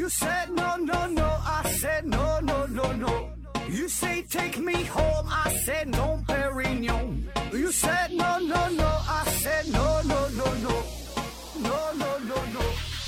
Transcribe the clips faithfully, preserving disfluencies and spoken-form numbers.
said no no no, I said no no no no. You say take me home, I said no, Perignon. You said no no no, I said no no no no, no no no no.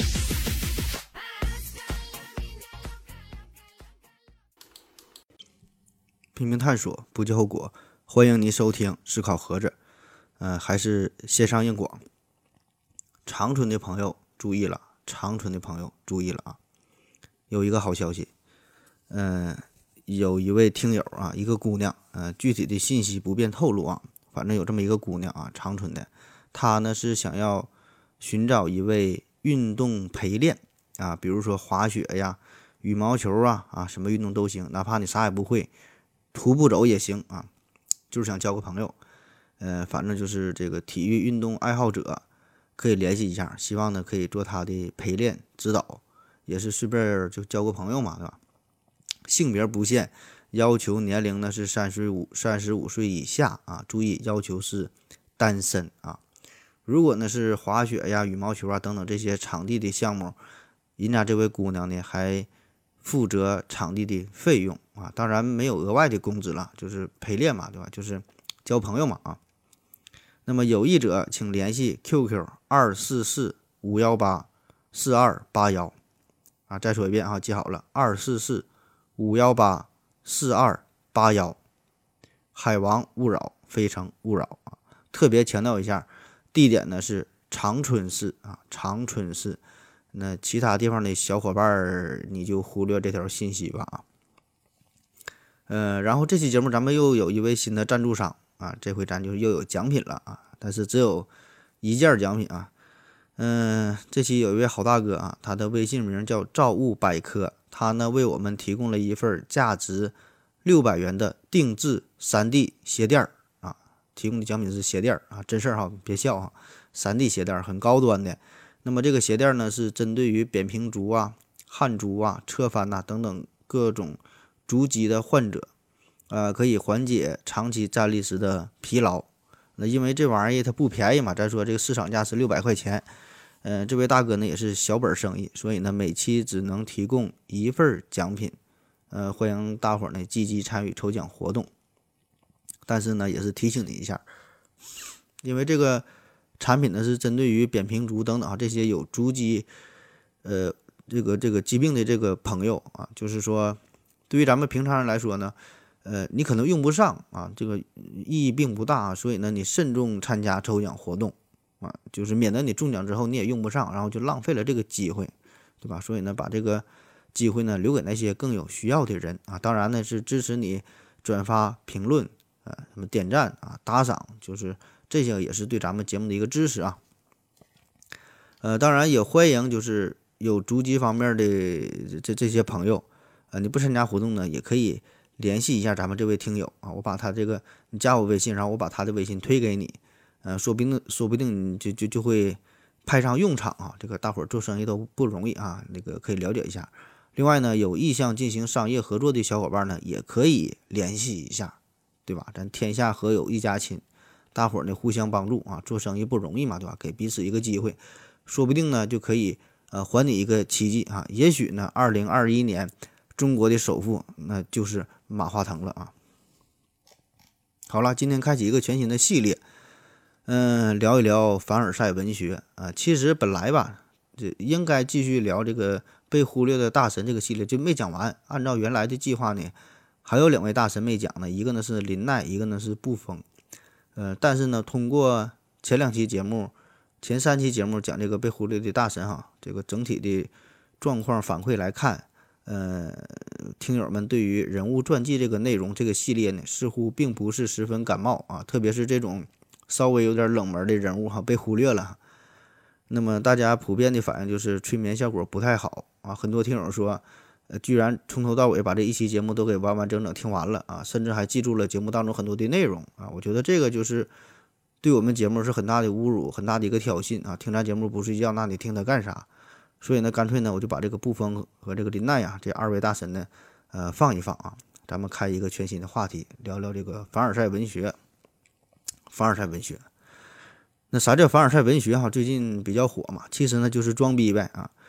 拼命探索，不计后果。欢迎你收听思考盒子，呃，还是线上硬广。长春的朋友注意了，长春的朋友注意了啊！有一个好消息，嗯、呃，有一位听友啊，一个姑娘，呃，具体的信息不便透露啊，反正有这么一个姑娘啊，长春的，她呢是想要寻找一位运动陪练啊，比如说滑雪呀、羽毛球啊啊，什么运动都行，哪怕你啥也不会，徒步走也行啊，就是想交个朋友，呃，反正就是这个体育运动爱好者可以联系一下，希望呢可以做他的陪练指导，也是顺便就交个朋友嘛，对吧？性别不限，要求年龄呢是三十五三十五岁以下啊，注意要求是单身啊。如果呢是滑雪呀、羽毛球啊等等这些场地的项目，人家这位姑娘呢还负责场地的费用啊，当然没有额外的工资了，就是陪练嘛，对吧？就是交朋友嘛啊。那么有意者请联系 Q Q 二四四五幺八四二八幺啊，再说一遍啊，记好了，二四四五幺八四二八幺。海王勿扰，非诚勿扰啊！特别强调一下，地点呢是长春市啊，长春市。那其他地方的小伙伴儿你就忽略这条信息吧啊。呃，然后这期节目咱们又有一位新的赞助商啊，这回咱就又有奖品了啊，但是只有一件奖品啊。嗯、呃，这期有一位好大哥啊，他的微信名叫造物百科，他呢为我们提供了一份价值六百元的定制 三 D 鞋垫啊，提供的奖品是鞋垫啊，真事儿哈，别笑哈 ，三 D 鞋垫很高端的。那么这个鞋垫呢，是针对于扁平足啊、汗足啊、侧翻呐、啊、等等各种足疾的患者，呃，可以缓解长期站立时的疲劳。那因为这玩意儿它不便宜嘛，再说这个市场价是六百块钱，呃，这位大哥呢也是小本生意，所以呢每期只能提供一份奖品，呃，欢迎大伙儿呢积极参与抽奖活动。但是呢，也是提醒你一下，因为这个产品呢是针对于扁平足等等啊这些有足疾呃这个这个疾病的这个朋友啊，就是说对于咱们平常人来说呢，呃你可能用不上啊，这个意义并不大啊，所以呢你慎重参加抽奖活动啊，就是免得你中奖之后你也用不上，然后就浪费了这个机会，对吧？所以呢把这个机会呢留给那些更有需要的人啊，当然呢是支持你转发评论啊，什么点赞啊打赏，就是这些也是对咱们节目的一个支持啊。呃，当然也欢迎就是有足疾方面的这这些朋友，呃，你不参加活动呢，也可以联系一下咱们这位听友啊，我把他这个你加我微信，然后我把他的微信推给你，呃，说不定说不定你就就就会派上用场啊。这个大伙儿做生意都不容易啊，那个可以了解一下。另外呢，有意向进行商业合作的小伙伴呢，也可以联系一下，对吧？咱天下何有一家亲。大伙儿呢互相帮助啊，做生意不容易嘛，对吧？给彼此一个机会，说不定呢就可以呃还你一个奇迹啊！也许呢，二零二一年中国的首富那就是马化腾了啊！好了，今天开启一个全新的系列，嗯、呃，聊一聊凡尔赛文学啊。其实本来吧，这应该继续聊这个被忽略的大神这个系列就没讲完，按照原来的计划呢，还有两位大神没讲呢，一个呢是林奈，一个呢是布封。呃，但是呢，通过前两期节目、前三期节目讲这个被忽略的大神哈，这个整体的状况反馈来看，呃，听友们对于人物传记这个内容这个系列呢，似乎并不是十分感冒啊，特别是这种稍微有点冷门的人物哈被忽略了。那么大家普遍的反应就是催眠效果不太好啊，很多听友说。呃，居然从头到尾把这一期节目都给完完整整听完了啊，甚至还记住了节目当中很多的内容啊，我觉得这个就是对我们节目是很大的侮辱，很大的一个挑衅啊！听咱节目不睡觉，那你听它干啥？所以呢，干脆呢，我就把这个布封和这个林奈呀这二位大神呢，呃，放一放啊，咱们开一个全新的话题，聊聊这个凡尔赛文学。凡尔赛文学，那啥叫凡尔赛文学哈？最近比较火嘛，其实呢就是装逼呗啊。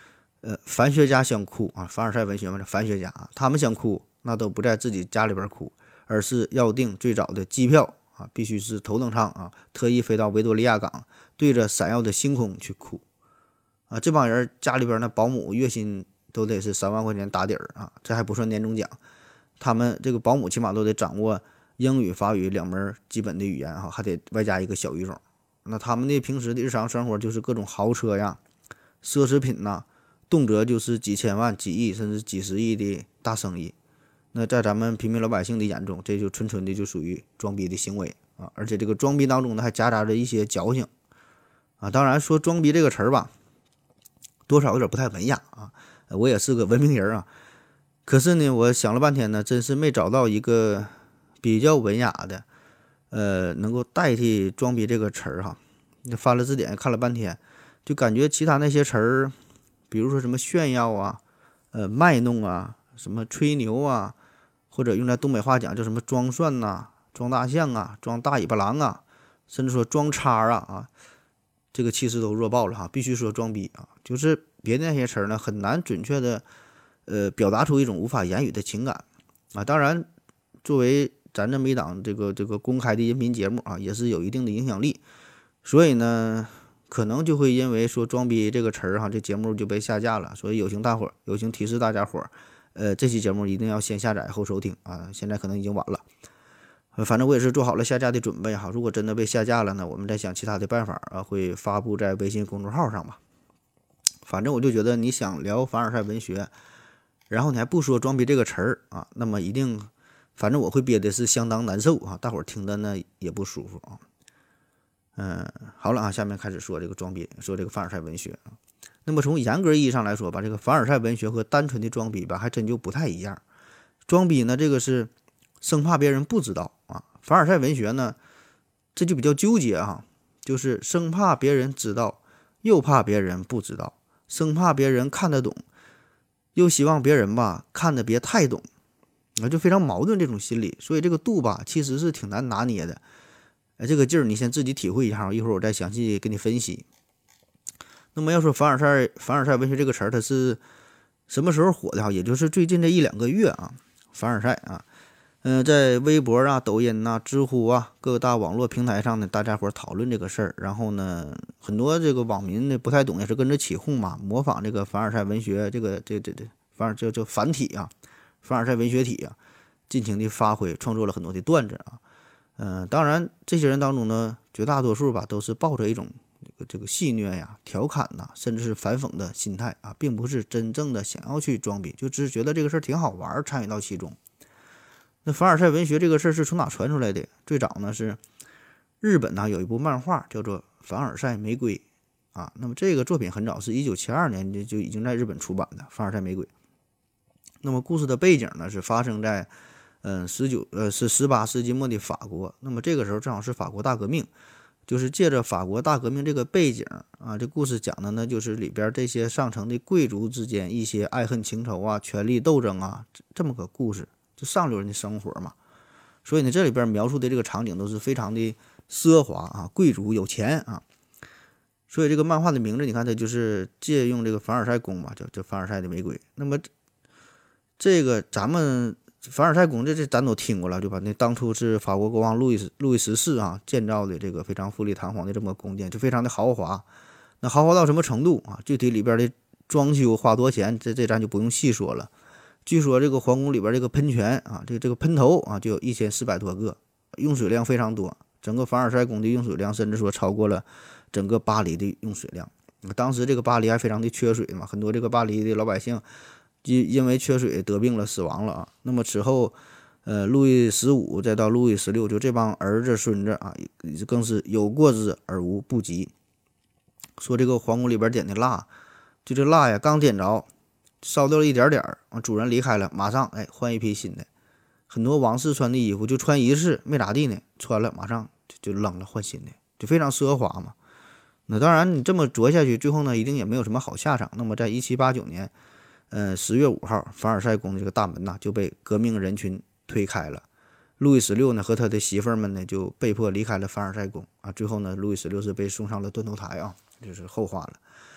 呃，凡学家想哭啊，凡尔赛文学嘛，凡学家啊，他们想哭，那都不在自己家里边哭，而是要订最早的机票啊，必须是头等舱啊，特意飞到维多利亚港，对着闪耀的星空去哭啊。这帮人家里边那保姆月薪都得是三万块钱打底儿啊，这还不算年终奖。他们这个保姆起码都得掌握英语、法语两门基本的语言哈，还得外加一个小语种。那他们的平时的日常生活就是各种豪车呀、奢侈品呐，动辄就是几千万、几亿甚至几十亿的大生意。那在咱们平民老百姓的眼中，这就纯纯的就属于装逼的行为啊！而且这个装逼当中呢，还夹杂着一些矫情啊。当然说装逼这个词儿吧，多少有点不太文雅啊。我也是个文明人啊，可是呢，我想了半天呢，真是没找到一个比较文雅的，呃，能够代替装逼这个词儿哈。翻了字典看了半天，就感觉其他那些词儿，比如说什么炫耀啊、呃卖弄啊、什么吹牛啊，或者用在东北话讲叫什么装蒜呐、啊、装大象啊、装大尾巴狼啊，甚至说装叉啊啊，这个气势都弱爆了哈，必须说装逼啊，就是别的那些词儿呢，很难准确的呃表达出一种无法言语的情感啊。当然，作为咱这么一档这个这个公开的音频节目啊，也是有一定的影响力，所以呢，可能就会因为说装逼这个词儿哈，这节目就被下架了。所以有请大伙儿，有请提示大家伙儿，呃，这期节目一定要先下载后收听啊，现在可能已经晚了。呃，反正我也是做好了下架的准备哈。如果真的被下架了呢，我们再想其他的办法啊，会发布在微信公众号上吧。反正我就觉得你想聊凡尔赛文学，然后你还不说装逼这个词儿啊，那么一定，反正我会憋的是相当难受啊，大伙儿听的呢也不舒服啊。嗯，好了啊，下面开始说这个装逼，说这个凡尔赛文学啊。那么从严格意义上来说吧，这个凡尔赛文学和单纯的装逼吧，还真就不太一样。装逼呢，这个是生怕别人不知道啊，凡尔赛文学呢，这就比较纠结哈，就是生怕别人知道，又怕别人不知道，生怕别人看得懂，又希望别人吧看得别太懂，啊，就非常矛盾这种心理，所以这个度吧，其实是挺难拿捏的。哎，这个劲儿你先自己体会一下，一会儿我再详细给你分析。那么要说凡尔赛凡尔赛文学这个词儿，它是什么时候火的哈？也就是最近这一两个月啊，凡尔赛啊，嗯、呃，在微博啊、抖音啊、知乎啊各大网络平台上呢，大家伙讨论这个事儿，然后呢，很多这个网民呢不太懂，也是跟着起哄嘛，模仿这个凡尔赛文学这个这这这凡尔这这繁体啊，凡尔赛文学体啊，尽情的发挥，创作了很多的段子啊。嗯、呃，当然这些人当中呢，绝大多数吧都是抱着一种这个这个戏谑呀、调侃呐、啊，甚至是反讽的心态啊，并不是真正的想要去装逼，就只是觉得这个事儿挺好玩，参与到其中。那凡尔赛文学这个事儿是从哪传出来的？最早呢是日本呢有一部漫画叫做《凡尔赛玫瑰》啊，那么这个作品很早，是一九七二年就就已经在日本出版的《凡尔赛玫瑰》。那么故事的背景呢是发生在嗯十九呃是十八世纪末的法国，那么这个时候正好是法国大革命。就是借着法国大革命这个背景啊，这故事讲的呢，就是里边这些上层的贵族之间一些爱恨情仇啊、权力斗争啊，这么个故事，就上流人的生活嘛。所以呢，这里边描述的这个场景都是非常的奢华啊，贵族有钱啊。所以这个漫画的名字，你看它就是借用这个凡尔赛宫嘛，叫叫凡尔赛的玫瑰。那么这个咱们。凡尔赛宫这这咱都听过了，对吧？那当初是法国国王路易斯路易十四啊建造的这个非常富丽堂皇的这么个宫殿，就非常的豪华。那豪华到什么程度啊？具体里边的装修花多少钱，这这咱就不用细说了。据说这个皇宫里边这个喷泉啊，这个这个喷头啊，就有一千四百多个，用水量非常多。整个凡尔赛宫的用水量甚至说超过了整个巴黎的用水量。当时这个巴黎还非常的缺水嘛，很多这个巴黎的老百姓。因因为缺水得病了，死亡了啊。那么此后，呃，路易十五再到路易十六，就这帮儿子孙子啊，更是有过之而无不及。说这个皇宫里边点的蜡，就这蜡呀，刚点着，烧掉了一点点儿，主人离开了，马上哎换一批新的。很多王室穿的衣服就穿一次没咋地呢，穿了马上就就扔了换新的，就非常奢华嘛。那当然你这么做下去，最后呢一定也没有什么好下场。那么在一七八九年。呃，十月五号，凡尔赛宫这个大门呐就被革命人群推开了。路易十六呢和他的媳妇儿们呢就被迫离开了凡尔赛宫啊。最后呢，路易十六是被送上了断头台啊，这是后话了。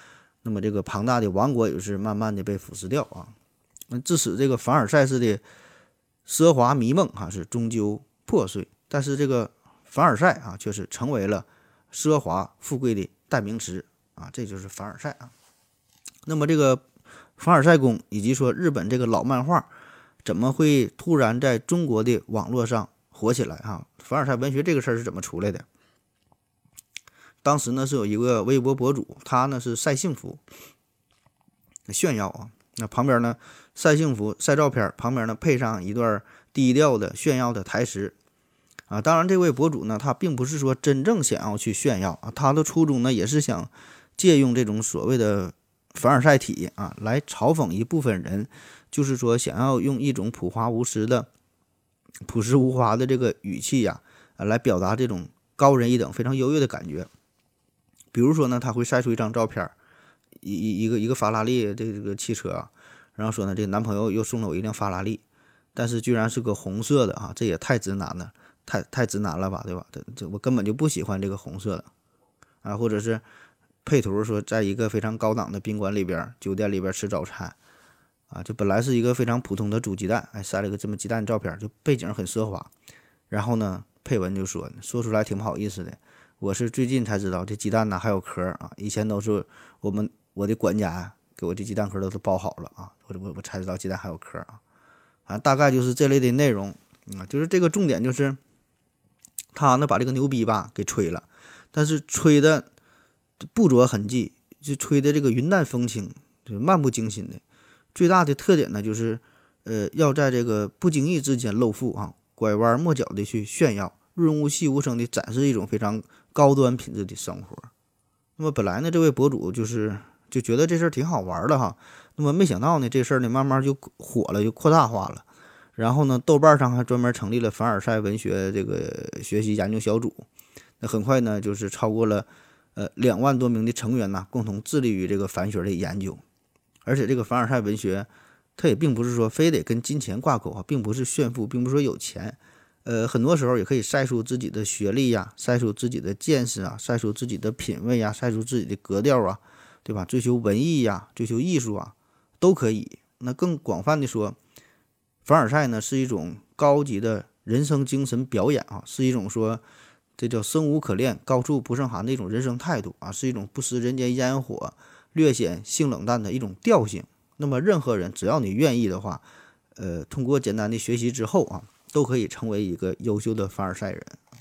那么这个庞大的王国也是慢慢的被腐蚀掉啊。那致使这个凡尔赛式的奢华迷梦哈、啊、是终究破碎，但是这个凡尔赛啊却是成为了奢华富贵的代名词啊，这就是凡尔赛啊。那么这个凡尔赛宫以及说日本这个老漫画怎么会突然在中国的网络上火起来啊？凡尔赛文学这个事儿是怎么出来的？当时呢是有一个微博博主，他呢是晒幸福炫耀啊，那旁边呢晒幸福晒照片，旁边呢配上一段低调的炫耀的台词啊。当然这位博主呢他并不是说真正想要去炫耀啊，他的初衷呢也是想借用这种所谓的凡尔赛体啊来嘲讽一部分人，就是说想要用一种朴华无实的朴实无华的这个语气呀、啊、来表达这种高人一等非常优越的感觉。比如说呢他会晒出一张照片，一一个一个法拉利这个汽车啊，然后说呢这个男朋友又送了我一辆法拉利，但是居然是个红色的啊，这也太直男了，太太直男了吧，对吧？这这我根本就不喜欢这个红色的啊。或者是配图说在一个非常高档的宾馆里边酒店里边吃早餐啊，就本来是一个非常普通的煮鸡蛋，哎，晒了个这么鸡蛋的照片，就背景很奢华，然后呢配文就说说出来挺不好意思的，我是最近才知道这鸡蛋呢还有壳啊，以前都是我们我的管家给我这鸡蛋壳都是包好了啊，我我我才知道鸡蛋还有壳啊，啊大概就是这类的内容啊，就是这个重点就是他呢把这个牛逼吧给吹了，但是吹的不着痕迹，就吹的这个云淡风轻，就漫不经心的。最大的特点呢就是呃要在这个不经意之间露富啊，拐弯抹角的去炫耀，润物细无声的展示一种非常高端品质的生活。那么本来呢这位博主就是就觉得这事儿挺好玩的哈，那么没想到呢这事儿呢慢慢就火了，就扩大化了。然后呢豆瓣上还专门成立了凡尔赛文学这个学习研究小组，那很快呢就是超过了呃两万多名的成员呢共同致力于这个凡学的研究。而且这个凡尔赛文学它也并不是说非得跟金钱挂钩啊，并不是炫富，并不是说有钱，呃，很多时候也可以晒出自己的学历呀，晒出自己的见识啊，晒出自己的品味呀，晒出自己的格调啊，对吧？追求文艺呀，追求艺术啊，都可以。那更广泛的说，凡尔赛呢是一种高级的人生精神表演啊，是一种说这叫生无可恋，高处不胜寒的一种人生态度啊，是一种不食人间烟火，略显性冷淡的一种调性。那么任何人只要你愿意的话，呃，通过简单的学习之后啊，都可以成为一个优秀的凡尔赛人。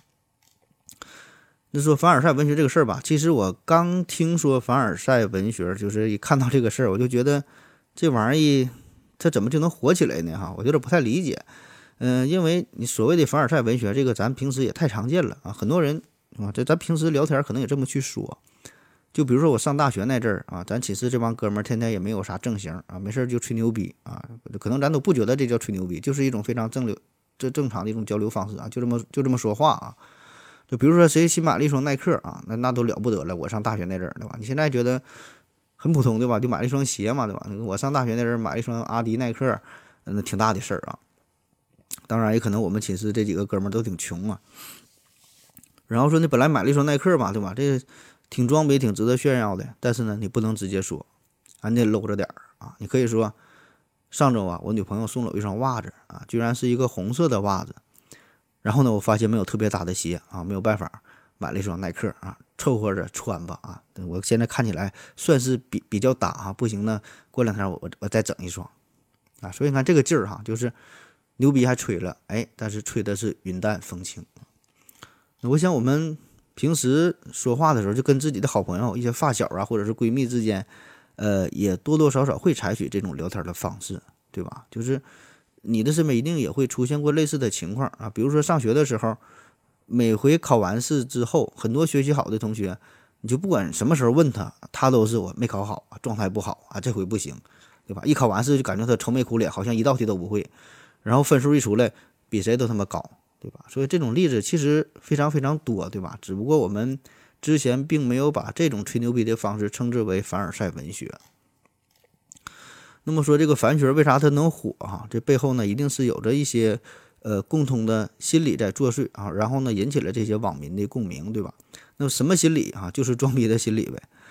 那说凡尔赛文学这个事儿吧，其实我刚听说凡尔赛文学，就是一看到这个事儿，我就觉得这玩意儿它怎么就能火起来呢？哈，我有点不太理解。嗯、呃，因为你所谓的凡尔赛文学，这个咱平时也太常见了啊，很多人啊，这咱平时聊天可能也这么去说。就比如说我上大学那阵儿啊，咱寝室这帮哥们儿天天也没有啥正形啊，没事就吹牛逼啊，可能咱都不觉得这叫吹牛逼，就是一种非常正流、这正常的一种交流方式啊，就这么就这么说话啊。就比如说谁新买了一双耐克啊，那那都了不得了。我上大学那阵儿，对吧？你现在觉得很普通，对吧？就买了一双鞋嘛，对吧？我上大学那阵儿买了一双阿迪耐克，那挺大的事儿啊。当然也可能我们寝室这几个哥们儿都挺穷啊。然后说你本来买了一双耐克嘛，对吧？这挺装备，挺值得炫耀的，但是呢，你不能直接说，啊，你得搂着点儿啊。你可以说，上周啊，我女朋友送了我一双袜子啊，居然是一个红色的袜子。然后呢，我发现没有特别大的鞋啊，没有办法买了一双耐克啊，凑合着穿吧啊。我现在看起来算是比比较大啊，不行呢，过两天我我我再整一双啊。所以你看这个劲儿哈，就是牛逼还吹了，哎，但是吹的是云淡风轻。我想我们平时说话的时候，就跟自己的好朋友、一些发小啊，或者是闺蜜之间，呃，也多多少少会采取这种聊天的方式，对吧？就是你的身边一定也会出现过类似的情况啊。比如说上学的时候，每回考完试之后，很多学习好的同学，你就不管什么时候问他，他都是我没考好，状态不好啊，这回不行，对吧？一考完试就感觉他愁眉苦脸，好像一道题都不会，然后分数一出来，比谁都他妈高。对吧？所以这种例子其实非常非常多，对吧？只不过我们之前并没有把这种吹牛逼的方式称之为凡尔赛文学。那么说这个凡学为啥它能火哈？这背后呢一定是有着一些呃共通的心理在作祟啊，然后呢引起了这些网民的共鸣，对吧？那么什么心理啊？就是装逼的心理呗。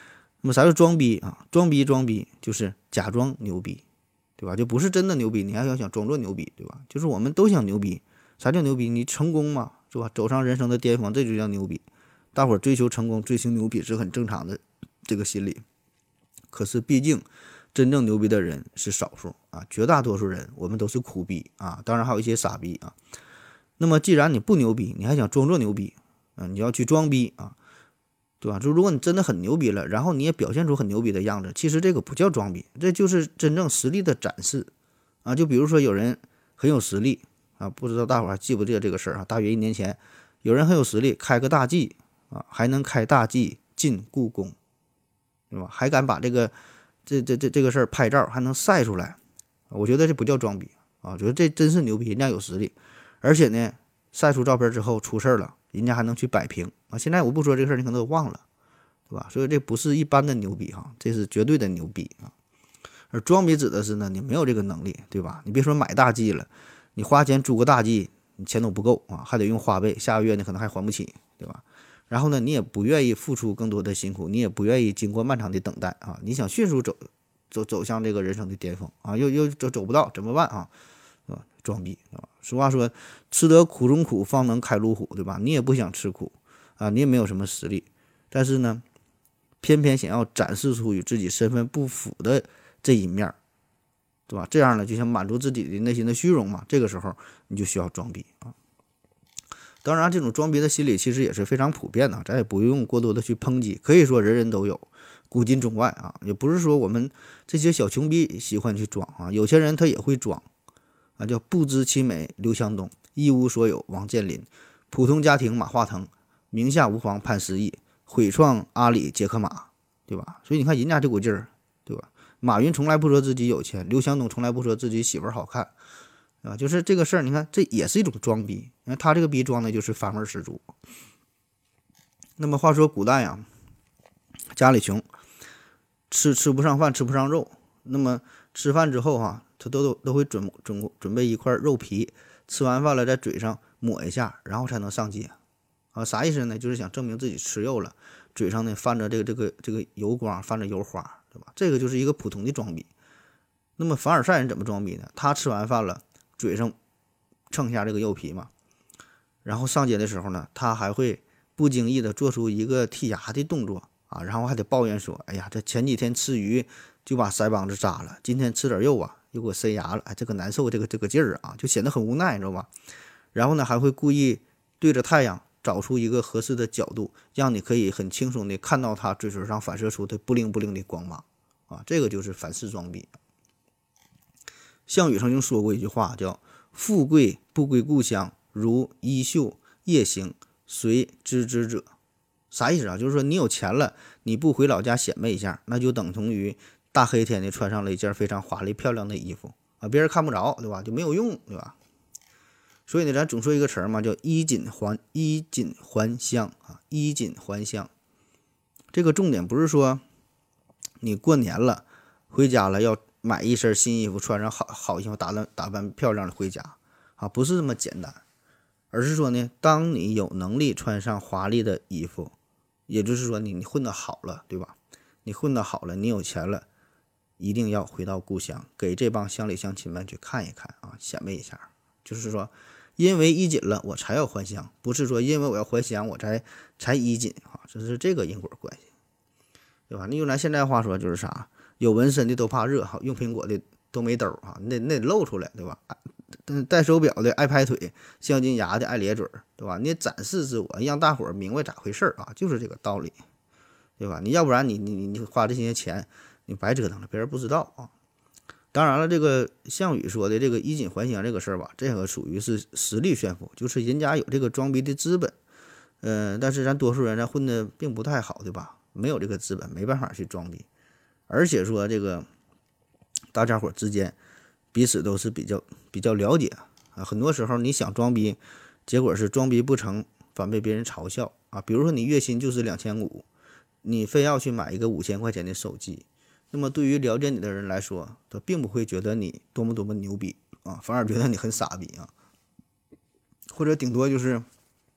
那么啥叫装逼啊？装逼装逼就是假装牛逼，对吧？就不是真的牛逼，你还要想装作牛逼，对吧？就是我们都想牛逼。啥叫牛逼？你成功嘛，是吧？走上人生的巅峰，这就叫牛逼。大伙儿追求成功、追求牛逼是很正常的这个心理。可是毕竟真正牛逼的人是少数啊，绝大多数人我们都是苦逼啊，当然还有一些傻逼啊。那么既然你不牛逼，你还想装作牛逼啊，你要去装逼啊，对吧？就如果你真的很牛逼了，然后你也表现出很牛逼的样子，其实这个不叫装逼，这就是真正实力的展示啊。就比如说有人很有实力啊，不知道大伙儿记不记得这个事儿啊？大约一年前，有人很有实力，开个大 G 啊，还能开大 G 进故宫，对吧？还敢把这个这这这这个事儿拍照，还能晒出来，我觉得这不叫装逼啊，我觉得这真是牛逼，人家有实力，而且呢，晒出照片之后出事儿了，人家还能去摆平啊。现在我不说这个事儿，你可能都忘了，对吧？所以这不是一般的牛逼哈，这是绝对的牛逼啊。而装逼指的是呢，你没有这个能力，对吧？你别说买大 G 了，你花钱租个大 G，你钱都不够啊，还得用花呗，下个月呢可能还还不起，对吧？然后呢，你也不愿意付出更多的辛苦，你也不愿意经过漫长的等待啊，你想迅速走走走向这个人生的巅峰啊，又又走走不到，怎么办啊？啊，装逼啊！俗话说，吃得苦中苦，方能开路虎，对吧？你也不想吃苦啊，你也没有什么实力，但是呢，偏偏想要展示出与自己身份不符的这一面，对吧？这样呢，就想满足自己的内心的虚荣嘛。这个时候你就需要装逼啊。当然，这种装逼的心理其实也是非常普遍的，咱也不用过多的去抨击，可以说人人都有，古今中外啊，也不是说我们这些小穷逼喜欢去装啊，有些人他也会装啊，叫不知其美刘强东，一无所有王健林，普通家庭马化腾，名下无皇潘石屹，毁创阿里杰克马，对吧？所以你看人家这股劲儿，对吧？马云从来不说自己有钱，刘强东从来不说自己媳妇儿好看。啊，就是这个事儿，你看这也是一种装逼，因为他这个逼装的就是反味十足。那么话说古代呀，家里穷，吃吃不上饭，吃不上肉，那么吃饭之后哈、啊，他都都都会准准准备一块肉皮，吃完饭了在嘴上抹一下，然后才能上街。啊，啥意思呢？就是想证明自己吃肉了，嘴上呢泛着这个这个这个油光，泛着油花，对吧？这个就是一个普通的装逼。那么凡尔赛人怎么装逼呢？他吃完饭了。嘴上蹭下这个肉皮嘛，然后上街的时候呢，他还会不经意的做出一个剔牙的动作啊，然后还得抱怨说：“哎呀，这前几天吃鱼就把腮帮子扎了，今天吃点肉啊，又给我塞牙了，哎，这个难受，这个这个劲儿啊，就显得很无奈，你知道吧？”然后呢，还会故意对着太阳找出一个合适的角度，让你可以很轻松的看到他嘴唇上反射出的不灵不灵的光芒啊，这个就是反式装逼。项羽曾经说过一句话，叫“富贵不归故乡，如衣袖夜行，谁知之者”。啥意思啊？就是说你有钱了，你不回老家显摆一下，那就等同于大黑天的穿上了一件非常华丽漂亮的衣服啊，别人看不着，对吧？就没有用，对吧？所以呢，咱总说一个词儿嘛，叫衣锦还衣锦还乡啊，衣锦还乡。这个重点不是说你过年了回家了要买一身新衣服，穿上好好衣服，打扮打扮漂亮的回家啊，不是这么简单，而是说呢，当你有能力穿上华丽的衣服，也就是说你你混得好了，对吧？你混得好了，你有钱了，一定要回到故乡，给这帮乡里乡亲们去看一看啊，显摆一下。就是说，因为衣锦了，我才要还乡，不是说因为我要还乡，我才才衣锦啊，这是这个因果关系，对吧？你用咱现在话说就是啥？有纹身的都怕热哈，用苹果的都没兜哈，那那得露出来，对吧？戴手表的爱拍腿，镶金牙的爱咧嘴，对吧？你展示自我，让大伙儿明白咋回事啊，就是这个道理，对吧？你要不然你你你花这些钱，你白折腾了，别人不知道啊。当然了，这个项羽说的这个衣锦还乡这个事儿吧，这个属于是实力炫富，就是人家有这个装逼的资本，呃，但是咱多数人咱混的并不太好，对吧？没有这个资本，没办法去装逼。而且说这个大家伙之间彼此都是比较比较了解啊，很多时候你想装逼，结果是装逼不成，反被别人嘲笑啊。比如说你月薪就是两千五，你非要去买一个五千块钱的手机，那么对于了解你的人来说，他并不会觉得你多么多么牛逼啊，反而觉得你很傻逼啊，或者顶多就是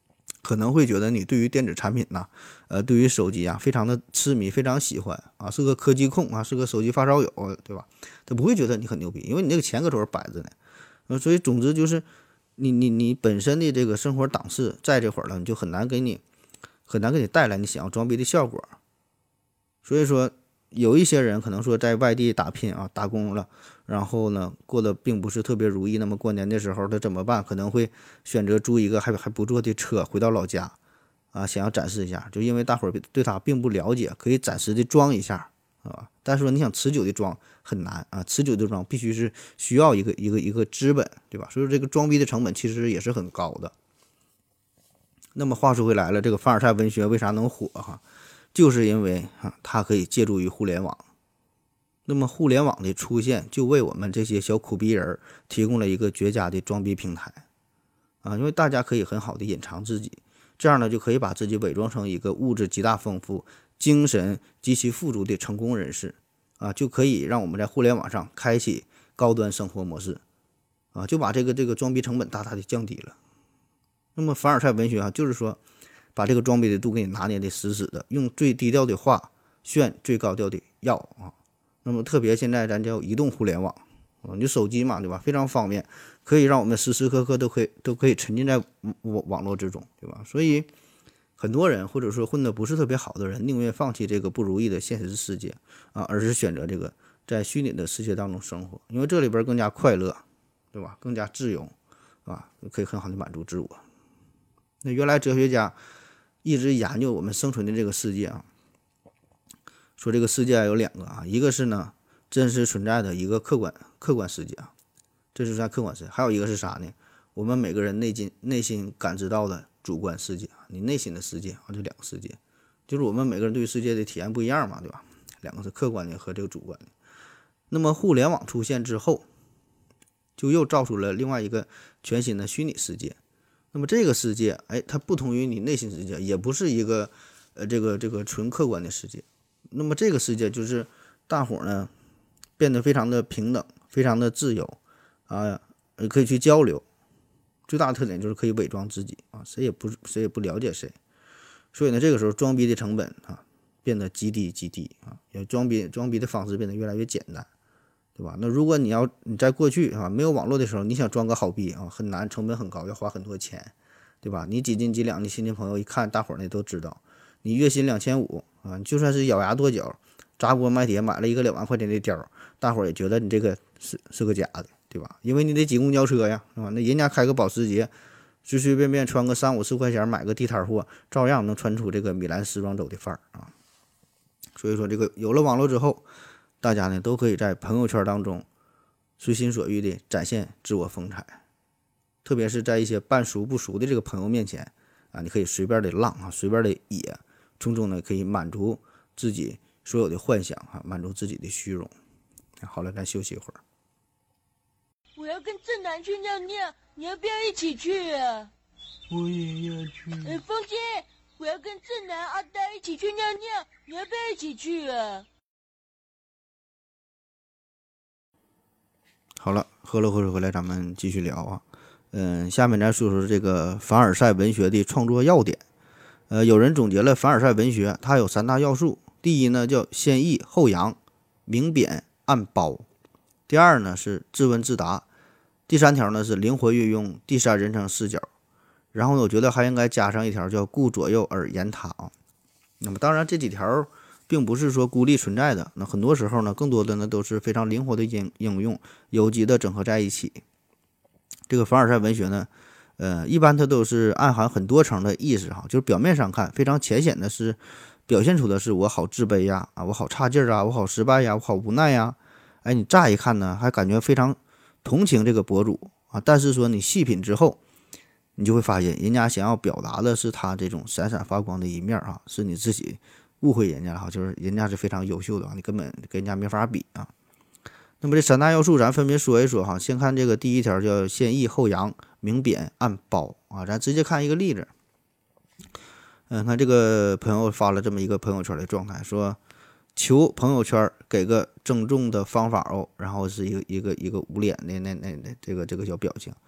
可能会觉得你对于电子产品呐、呃，对于手机啊，非常的痴迷，非常喜欢啊，是个科技控啊，是个手机发烧友，对吧？他不会觉得你很牛逼，因为你那个钱搁这儿摆着呢。呃，所以总之就是你你你本身的这个生活档次在这会儿了，你就很难给你很难给你带来你想要装逼的效果。所以说，有一些人可能说在外地打拼啊，打工了，然后呢过得并不是特别如意，那么过年的时候他怎么办？可能会选择租一个还还不错的车回到老家啊，想要展示一下，就因为大伙儿对他并不了解，可以暂时的装一下啊。但是说你想持久的装很难啊，持久的装必须是需要一个一个一个资本，对吧？所以说这个装逼的成本其实也是很高的。那么话说回来了，这个凡尔赛文学为啥能火哈？就是因为啊，它可以借助于互联网。那么互联网的出现，就为我们这些小苦逼人提供了一个绝佳的装逼平台啊，因为大家可以很好的隐藏自己，这样呢就可以把自己伪装成一个物质极大丰富、精神极其富足的成功人士啊，就可以让我们在互联网上开启高端生活模式啊，就把这个这个装逼成本大大的降低了。那么凡尔赛文学啊，就是说把这个装逼的度给你拿捏的死死的，用最低调的话炫最高调的药啊。那么特别现在咱叫移动互联网啊，你手机嘛，对吧？非常方便，可以让我们时时刻刻都可以都可以沉浸在网网络之中，对吧？所以很多人或者说混得不是特别好的人，宁愿放弃这个不如意的现实世界啊，而是选择这个在虚拟的世界当中生活，因为这里边更加快乐，对吧？更加自由啊，可以很好的满足自我。那原来哲学家一直研究我们生存的这个世界啊，说这个世界有两个啊，一个是呢真实存在的一个客观客观世界啊，这是在客观世界，还有一个是啥呢？我们每个人内心内心感知到的主观世界，你内心的世界啊，这两个世界，就是我们每个人对于世界的体验不一样嘛，对吧？两个是客观的和这个主观的。那么互联网出现之后，就又造出了另外一个全新的虚拟世界。那么这个世界，哎，它不同于你内心世界，也不是一个呃这个这个纯客观的世界。那么这个世界就是大伙呢变得非常的平等，非常的自由啊，可以去交流。最大的特点就是可以伪装自己啊，谁也不谁也不了解谁。所以呢，这个时候装逼的成本啊变得极低极低啊，也装逼装逼的方式变得越来越简单，对吧？那如果你要你在过去啊没有网络的时候，你想装个好逼啊很难，成本很高，要花很多钱，对吧？你几斤几两，你亲戚朋友一看，大伙儿呢都知道。你月薪两千五啊，就算是咬牙跺脚砸锅卖铁买了一个两万块钱的貂，大伙儿也觉得你这个是是个假的，对吧？因为你得挤公交车呀，是吧？那人家开个保时捷，随随便便穿个三五十块钱买个地摊货，照样能穿出这个米兰时装周的范儿啊。所以说，这个有了网络之后，大家呢都可以在朋友圈当中随心所欲地展现自我风采，特别是在一些半熟不熟的这个朋友面前啊，你可以随便的浪啊，随便的野，从中呢可以满足自己所有的幻想啊，满足自己的虚荣。好了，咱休息一会儿。 我要跟正南去尿尿，你要不要一起去啊？ 我也要去。 呃，风姐，我要跟正南、阿呆一起去尿尿，你要不要一起去啊？ 好了，喝了口水回来，咱们继续聊啊。嗯，下面咱说说这个凡尔赛文学的创作要点。呃，有人总结了凡尔赛文学，它有三大要素。第一呢，叫先抑后扬，明贬暗褒。第二呢是自问自答。第三条呢是灵活运用第三人称视角。然后呢，我觉得还应该加上一条叫顾左右而言他啊。那么当然这几条并不是说孤立存在的，那很多时候呢，更多的呢都是非常灵活的应应用，有机的整合在一起。这个凡尔赛文学呢，呃，一般它都是暗含很多层的意思哈，就是表面上看非常浅显的是表现出的是我好自卑呀，啊，我好差劲儿啊，我好失败呀，我好无奈呀。哎，你乍一看呢，还感觉非常同情这个博主啊，但是说你细品之后，你就会发现人家想要表达的是他这种闪闪发光的一面啊，是你自己误会人家了哈，就是人家是非常优秀的啊，你根本跟人家没法比啊。那么这三大要素咱分别说一说哈，先看这个第一条叫先抑后扬，明贬暗褒啊，咱直接看一个例子。嗯，看这个朋友发了这么一个朋友圈的状态，说求朋友圈给个郑重的方法哦，然后是一个一个一个捂脸的那那那这个这个小表情。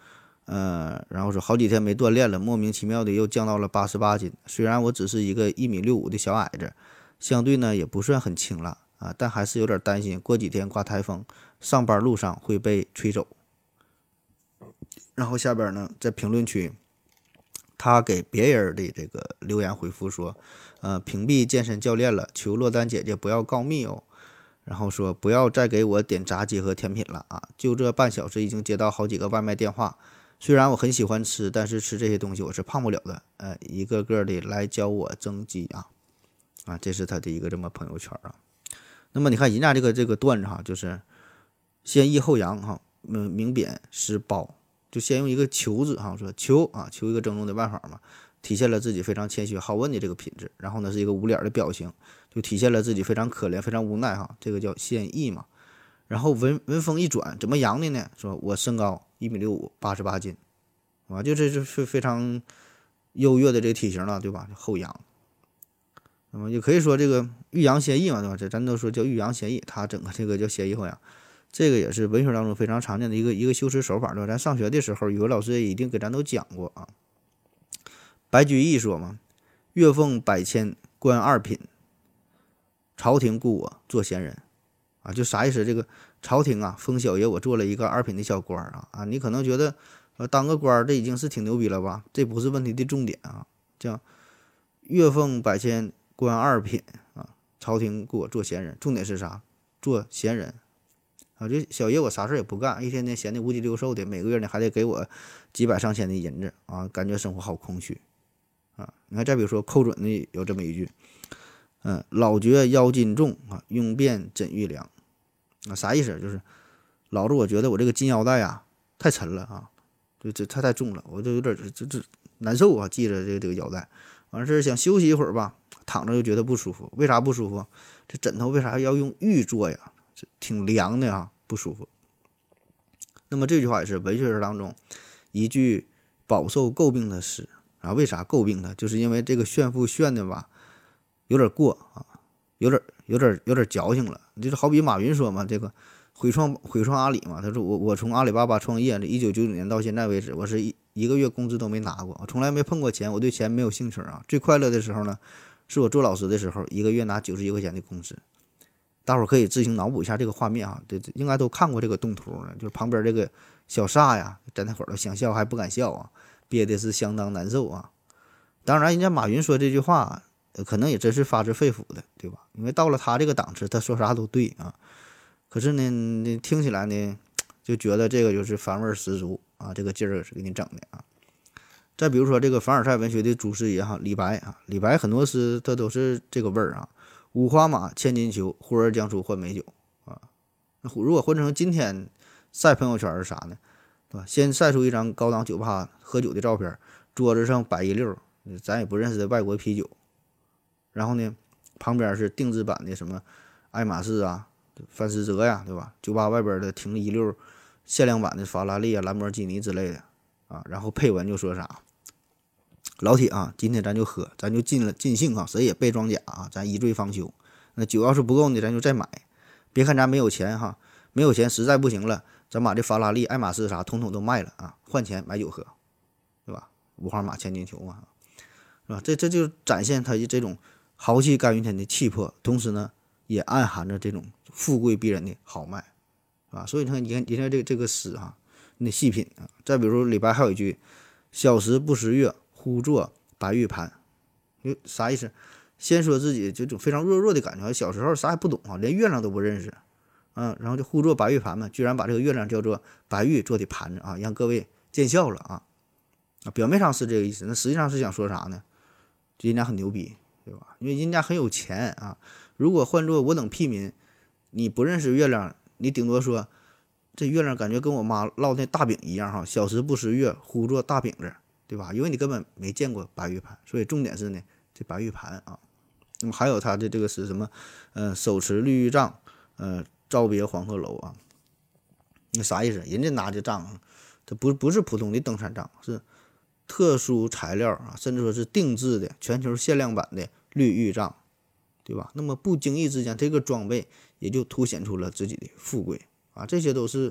呃，然后说好几天没锻炼了，莫名其妙的又降到了八十八斤。虽然我只是一个一米六五的小矮子，相对呢也不算很轻了啊，但还是有点担心，过几天刮台风，上班路上会被吹走。然后下边呢，在评论区，他给别人的这个留言回复说，呃，屏蔽健身教练了，求落单姐姐不要告密哦。然后说不要再给我点炸鸡和甜品了啊！就这半小时已经接到好几个外卖电话，虽然我很喜欢吃，但是吃这些东西我是胖不了的。呃，一个个的来教我增肌啊啊！这是他的一个这么朋友圈啊。那么你看人家这个这个段子哈，就是先抑后扬哈，嗯，明贬实褒，就先用一个求字哈，说求啊，求一个整容的办法嘛，体现了自己非常谦虚好问的这个品质。然后呢是一个捂脸的表情，就体现了自己非常可怜非常无奈哈，这个叫先抑嘛。然后文文风一转，怎么扬的呢？说我身高一米六五，八十八斤，啊，就这是非常优越的这个体型了，对吧？后扬。那么也可以说这个欲扬先抑嘛，对吧？这咱都说叫欲扬先抑，他整个这个叫先抑后扬，这个也是文学当中非常常见的一个一个修辞手法，对吧？咱上学的时候，语文老师也一定给咱都讲过啊。白居易说嘛：“月俸百千官二品，朝廷雇我做闲人。”啊，就啥意思？这个朝廷啊，封小爷我做了一个二品的小官啊啊！你可能觉得，呃，当个官这已经是挺牛逼了吧？这不是问题的重点啊。叫月俸百千官二品啊，朝廷给我做闲人，重点是啥？做闲人啊！这小爷我啥事也不干，一天天闲的无鸡六兽的，每个月呢还得给我几百上千的银子啊，感觉生活好空虚啊！你看，再比如说寇准的有这么一句，嗯，老觉腰筋重啊，用便枕玉凉。啊，啥意思？就是老子我觉得我这个金腰带啊太沉了啊，就这太太重了，我就有点这这难受啊，系着这个这个腰带，完事想休息一会儿吧，躺着就觉得不舒服。为啥不舒服？这枕头为啥要用玉做呀？这挺凉的啊，不舒服。那么这句话也是文学当中一句饱受诟病的诗啊。为啥诟病它？就是因为这个炫富炫的吧，有点过啊，有点有点有点矫情了。就是好比马云说嘛，这个毁创毁创阿里嘛，他说我我从阿里巴巴创业，这一九九九年到现在为止，我是一一个月工资都没拿过，我从来没碰过钱，我对钱没有兴趣啊。最快乐的时候呢，是我做老师的时候，一个月拿九十一块钱的工资。大伙儿可以自行脑补一下这个画面啊，这应该都看过这个动图呢，就是旁边这个小煞呀，在那会儿都想笑还不敢笑啊，憋的是相当难受啊。当然，人家马云说这句话。可能也真是发自肺腑的，对吧？因为到了他这个档次，他说啥都对啊。可是呢，听起来呢，就觉得这个就是反味十足啊，这个劲儿是给你整的啊。再比如说这个凡尔赛文学的祖师爷哈，李白啊，李白很多诗他都是这个味儿啊。五花马，千金裘，呼儿将出换美酒啊。如果换成今天晒朋友圈是啥呢？对吧？先晒出一张高档酒吧喝酒的照片，桌子上摆一溜咱也不认识的外国啤酒。然后呢，旁边是定制版的什么爱马仕啊、范思哲呀，对吧？酒吧外边的停一溜限量版的法拉利啊、兰博基尼之类的啊。然后配文就说啥：“老铁啊，今天咱就喝，咱就尽了尽兴啊，谁也别装假啊，咱一醉方休。那酒要是不够呢，咱就再买。别看咱没有钱哈，没有钱实在不行了，咱把这法拉利、爱马仕啥统统都卖了啊，换钱买酒喝，对吧？五花马，千金裘嘛，是吧？这这就展现他这种。”豪气干云天的气魄，同时呢，也暗含着这种富贵逼人的豪迈，啊，所以你看，你看，你看这这个诗啊，你得细品啊。再比如李白还有一句“小时不识月，呼作白玉盘”，就啥意思？先说自己这种非常弱弱的感觉，小时候啥也不懂啊，连月亮都不认识，嗯、啊，然后就呼作白玉盘嘛，居然把这个月亮叫做白玉做的盘子啊，让各位见笑了啊。啊，表面上是这个意思，那实际上是想说啥呢？人家很牛逼。对吧？因为人家很有钱啊。如果换做我等屁民，你不认识月亮，你顶多说这月亮感觉跟我妈烙那大饼一样哈，小时不识月，呼作大饼子，对吧？因为你根本没见过白玉盘，所以重点是呢，这白玉盘啊。那么还有他的这个是什么？呃，手持绿玉杖，呃，照别黄鹤楼啊。那啥意思？人家拿的杖，这不不是普通的登山杖，是特殊材料啊，甚至说是定制的全球限量版的。绿玉杖，对吧？那么不经意之间，这个装备也就凸显出了自己的富贵啊，这些都是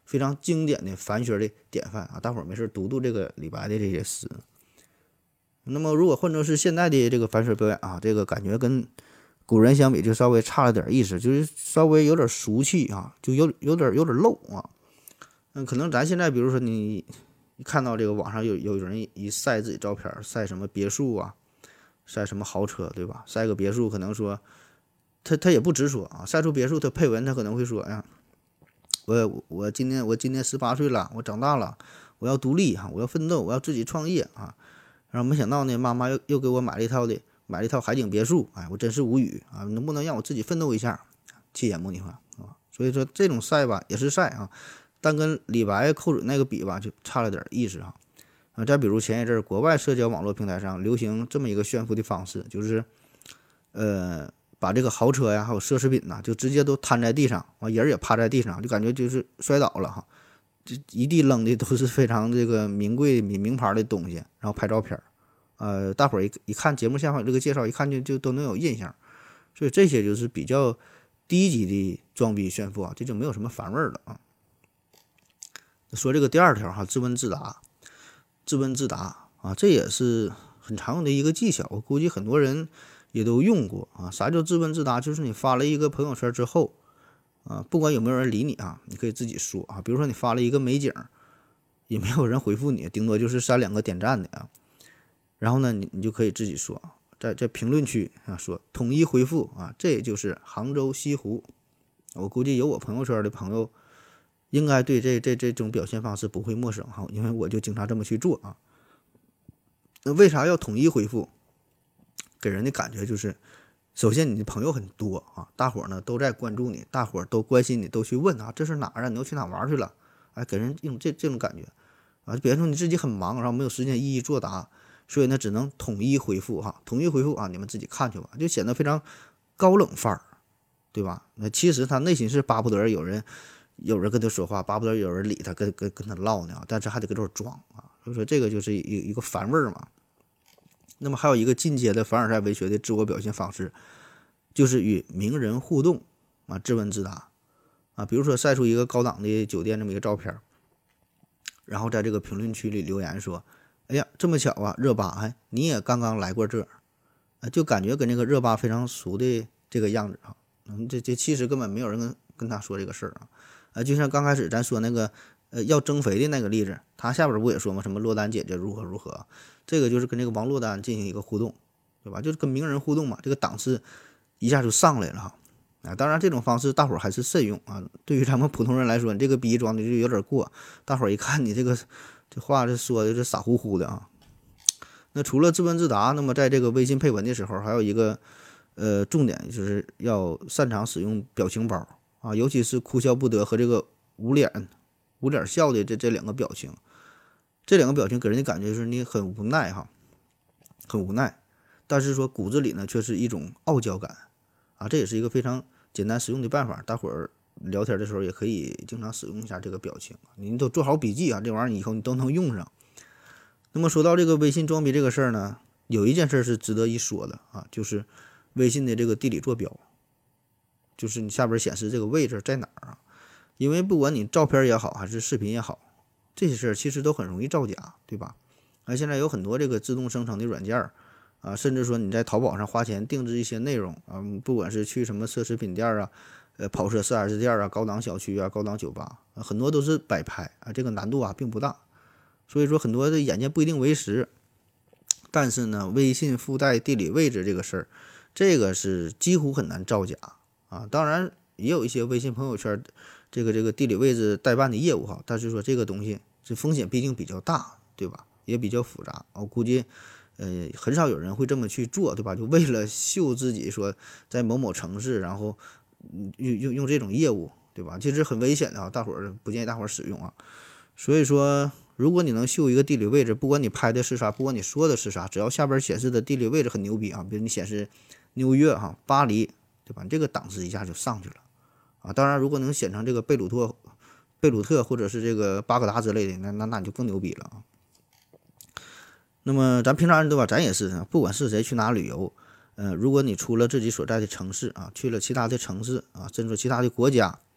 非常经典的凡学的典范啊，大伙儿没事读读这个李白的这些诗。那么如果换成是现在的这个凡水表演啊，这个感觉跟古人相比就稍微差了点意思，就是稍微有点俗气啊，就有有点有点漏啊。嗯，可能咱现在比如说你一看到这个网上有有人一晒自己照片，晒什么别墅啊，晒什么豪车，对吧？晒个别墅，可能说他他也不直说啊，晒出别墅他配文他可能会说，哎呀，我我今年我今年十八岁了，我长大了，我要独立哈，我要奋斗，我要自己创业啊。然后没想到呢，妈妈又又给我买了一套的买了一套海景别墅，哎，我真是无语啊！能不能让我自己奋斗一下？气眼不你话啊？所以说这种晒吧也是晒啊，但跟李白寇准那个比吧，就差了点意思哈。啊，再比如前一阵国外社交网络平台上流行这么一个炫富的方式，就是呃把这个豪车呀还有奢侈品呐，就直接都摊在地上，完人也趴在地上，就感觉就是摔倒了哈。这一地扔的都是非常这个名贵名名牌的东西，然后拍照片，呃，大伙儿一一看节目下方有这个介绍，一看就就都能有印象，所以这些就是比较低级的装逼炫富啊，这就没有什么反味了啊。说这个第二条哈，自问自答，自问自答啊，这也是很常用的一个技巧，我估计很多人也都用过啊。啥叫自问自答？就是你发了一个朋友圈之后。啊，不管有没有人理你啊，你可以自己说啊。比如说你发了一个美景，也没有人回复你，顶多就是三两个点赞的啊。然后呢，你你就可以自己说，在在评论区啊说统一回复啊，这就是杭州西湖。我估计有我朋友圈的朋友，应该对这这这种表现方式不会陌生哈，因为我就经常这么去做啊。那为啥要统一回复？给人的感觉就是。首先，你的朋友很多啊，大伙儿呢都在关注你，大伙儿都关心你，都去问啊，这是哪儿啊？你又去哪玩去了？哎，给人一种这这种感觉啊。别说你自己很忙，然后没有时间一一作答，所以呢，只能统一回复哈，统一回复啊，你们自己看去吧，就显得非常高冷范儿，对吧？那其实他内心是巴不得有人有人跟他说话，巴不得有人理他，跟跟跟他唠呢，但是还得搁这儿装啊。所以说这个就是一一个烦味儿嘛。那么还有一个进阶的凡尔赛文学的自我表现方式，就是与名人互动啊，自问自答啊。比如说晒出一个高档的酒店这么一个照片，然后在这个评论区里留言说：“哎呀，这么巧啊，热巴，哎，你也刚刚来过这儿啊，就感觉跟那个热巴非常熟的这个样子啊。嗯，这这其实根本没有人跟跟他说这个事儿啊。啊，就像刚开始咱说那个呃要增肥的那个例子，他下边不也说吗？什么落单姐姐如何如何。”这个就是跟这个王珞丹进行一个互动，对吧？就是跟名人互动嘛，这个档次一下就上来了哈。啊，当然这种方式大伙儿还是慎用啊。对于咱们普通人来说，你这个逼装的就有点过，大伙儿一看你这个这话这说的是傻乎乎的啊。那除了自问自答，那么在这个微信配文的时候，还有一个呃重点就是要擅长使用表情包啊，尤其是哭笑不得和这个捂脸捂脸笑的这这两个表情。这两个表情给人的感觉就是你很无奈哈，很无奈，但是说骨子里呢却是一种傲娇感啊，这也是一个非常简单实用的办法，大伙儿聊天的时候也可以经常使用一下这个表情，您都做好笔记啊，这玩意儿以后你都能用上。那么说到这个微信装逼这个事儿呢，有一件事是值得一说的啊，就是微信的这个地理坐标，就是你下边显示这个位置在哪儿啊？因为不管你照片也好还是视频也好，这些事儿其实都很容易造假，对吧？啊，现在有很多这个自动生成的软件儿啊，甚至说你在淘宝上花钱定制一些内容啊，不管是去什么奢侈品店啊、呃跑车 四 S 店啊、高档小区啊、高档酒吧啊，很多都是摆拍啊，这个难度啊并不大。所以说很多的眼见不一定为实，但是呢，微信附带地理位置这个事儿，这个是几乎很难造假啊。当然也有一些微信朋友圈这个这个地理位置代办的业务哈，但是说这个东西这风险毕竟比较大，对吧？也比较复杂，我估计呃很少有人会这么去做，对吧？就为了秀自己说在某某城市，然后用用用这种业务，对吧？其实很危险的啊，大伙儿不建议大伙儿使用啊。所以说，如果你能秀一个地理位置，不管你拍的是啥，不管你说的是啥，只要下边显示的地理位置很牛逼啊，比如你显示纽约哈、巴黎，对吧？这个档次一下就上去了啊。当然，如果能显成这个贝鲁特、贝鲁特或者是这个巴格达之类的，那那那你就更牛逼了啊。那么咱平常对吧，咱也是，不管是谁去哪旅游，呃，如果你出了自己所在的城市啊，去了其他的城市啊，甚至其他的国家，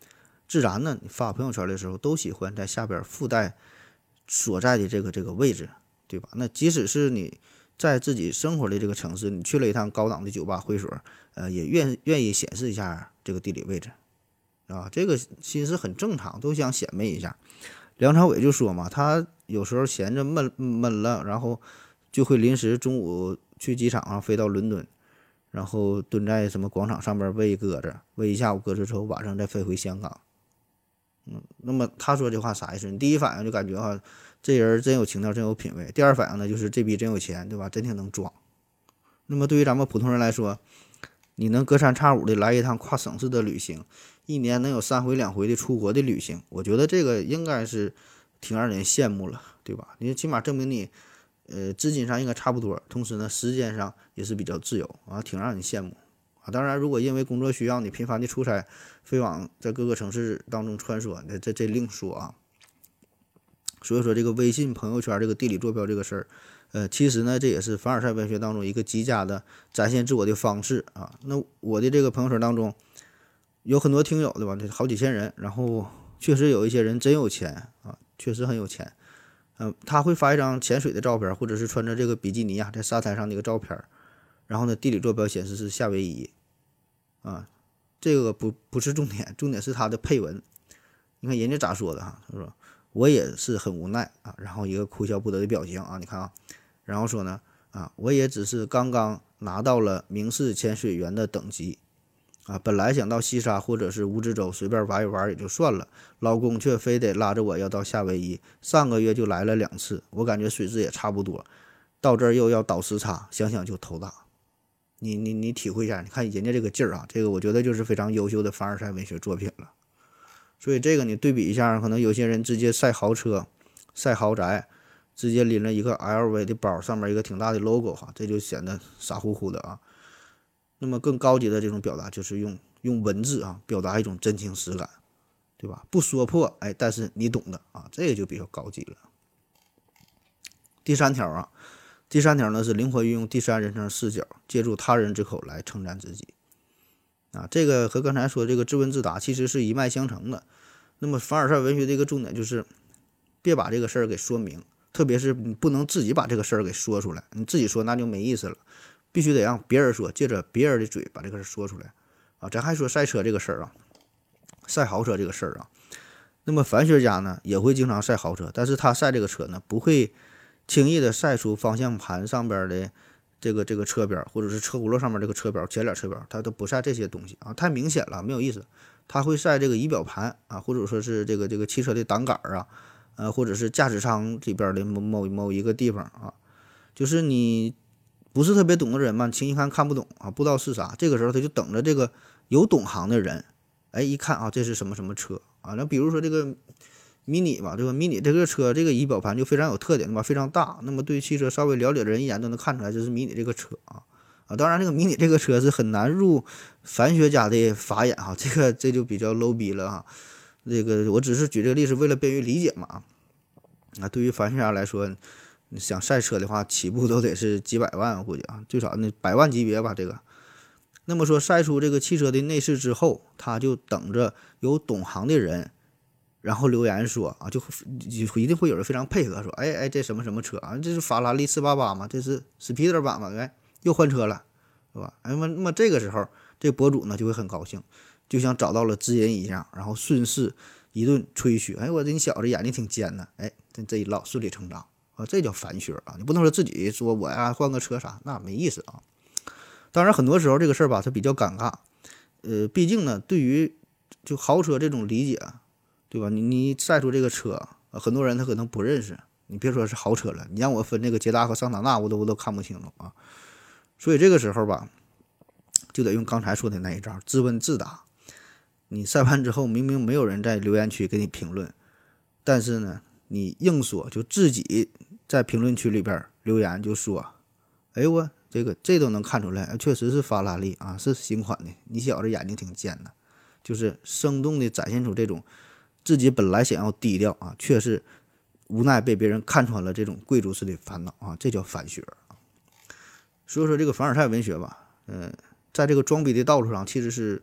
自然呢，你发朋友圈的时候都喜欢在下边附带所在的这个这个位置，对吧？那即使是你在自己生活的这个城市，你去了一趟高档的酒吧会所，呃，也愿愿意显示一下这个地理位置啊，这个其实很正常，都想显摆一下。梁朝伟就说嘛，他有时候闲着闷闷了，然后就会临时中午去机场上飞到伦敦，然后蹲在什么广场上面喂鸽子，喂一下午鸽子之后，晚上再飞回香港。嗯，那么他说这话啥意思？你第一反应就感觉哈，这人真有情调，真有品位。第二反应呢，就是这逼真有钱，对吧？真挺能装。那么对于咱们普通人来说，你能隔三差五的来一趟跨省市的旅行，一年能有三回两回的出国的旅行，我觉得这个应该是挺让人羡慕了，对吧？你起码证明你，呃，资金上应该差不多，同时呢，时间上也是比较自由啊，挺让人羡慕啊。当然，如果因为工作需要你频繁的出差，飞往在各个城市当中穿梭，这这这另说啊。所以说，这个微信朋友圈这个地理坐标这个事儿，呃，其实呢，这也是凡尔赛文学当中一个极佳的展现自我的方式啊。那我的这个朋友圈当中有很多听友，对吧？这好几千人，然后确实有一些人真有钱啊，确实很有钱。嗯、呃，他会发一张潜水的照片，或者是穿着这个比基尼啊，在沙滩上的一个照片，然后呢，地理坐标显示是夏威夷啊。这个不不是重点，重点是他的配文。你看人家咋说的哈？他说我也是很无奈啊，然后一个哭笑不得的表情啊，你看啊，然后说呢啊，我也只是刚刚拿到了明式潜水员的等级啊，本来想到西沙或者是蜈支洲随便玩一玩也就算了，老公却非得拉着我要到夏威夷，上个月就来了两次，我感觉水质也差不多，到这儿又要倒时差，想想就头大。你你你体会一下，你看人家这个劲儿啊，这个我觉得就是非常优秀的凡尔赛文学作品了。所以这个你对比一下，可能有些人直接晒豪车、晒豪宅，直接拎了一个 L V 的包，上面一个挺大的 logo 哈，这就显得傻乎乎的啊。那么更高级的这种表达就是用用文字啊表达一种真情实感，对吧？不说破，哎，但是你懂的啊，这个就比较高级了。第三条啊，第三条呢是灵活运用第三人称视角，借助他人之口来称赞自己。啊，这个和刚才说这个自问自答其实是一脉相承的。那么凡尔赛文学的一个重点就是别把这个事儿给说明，特别是你不能自己把这个事儿给说出来，你自己说那就没意思了，必须得让别人说，借着别人的嘴把这个事说出来啊。咱还说赛车这个事儿啊，赛豪车这个事儿啊，那么凡学家呢也会经常赛豪车，但是他赛这个车呢不会轻易的赛出方向盘上边的这个这个车标，或者是车轱辘上面这个车标、前脸车标，他都不晒这些东西啊，太明显了，没有意思。他会晒这个仪表盘啊，或者说是这个这个汽车的挡杆啊，呃，或者是驾驶舱里边的某某某一个地方啊，就是你不是特别懂的人嘛，轻易看看不懂啊，不知道是啥，这个时候他就等着这个有懂行的人，哎，一看啊，这是什么什么车啊？那比如说这个迷你吧，这个迷你这个车这个仪表盘就非常有特点的吧，非常大，那么对汽车稍微了解的人一眼都能看出来这是迷你这个车啊。啊，当然这个迷你这个车是很难入凡学家的法眼哈，这个这就比较 low 逼了哈。这个我只是举这个例子为了便于理解嘛。啊，对于凡学家来说，你想赛车的话，起步都得是几百万，我估计啊，最少那百万级别吧。这个，那么说赛出这个汽车的内饰之后，他就等着有懂行的人，然后留言说啊，就就一定会有人非常配合说，哎哎，这什么什么车啊，这是法拉利四八八嘛，这是 Speeder 版嘛，哎。又换车了，是吧？哎，那么这个时候，这博主呢就会很高兴，就像找到了知音一样，然后顺势一顿吹嘘。哎，我这你小子眼睛挺尖的，哎，这这一唠顺理成章啊，这叫凡学啊！你不能说自己说我呀换个车啥，那没意思啊。当然，很多时候这个事儿吧，它比较尴尬。呃，毕竟呢，对于就豪车这种理解，对吧？你你晒出这个车，很多人他可能不认识。你别说是豪车了，你让我分这个捷达和桑塔纳，我都我都看不清楚啊。所以这个时候吧，就得用刚才说的那一招，自问自答。你晒完之后，明明没有人在留言区给你评论，但是呢，你硬说就自己在评论区里边留言就说，哎我这个这都能看出来，确实是法拉利啊，是新款的。你小子眼睛挺尖的，就是生动的展现出这种自己本来想要低调啊，却是无奈被别人看穿了这种贵族式的烦恼啊，这叫反学。所以说这个凡尔赛文学吧，嗯、呃，在这个装逼的道路上其实是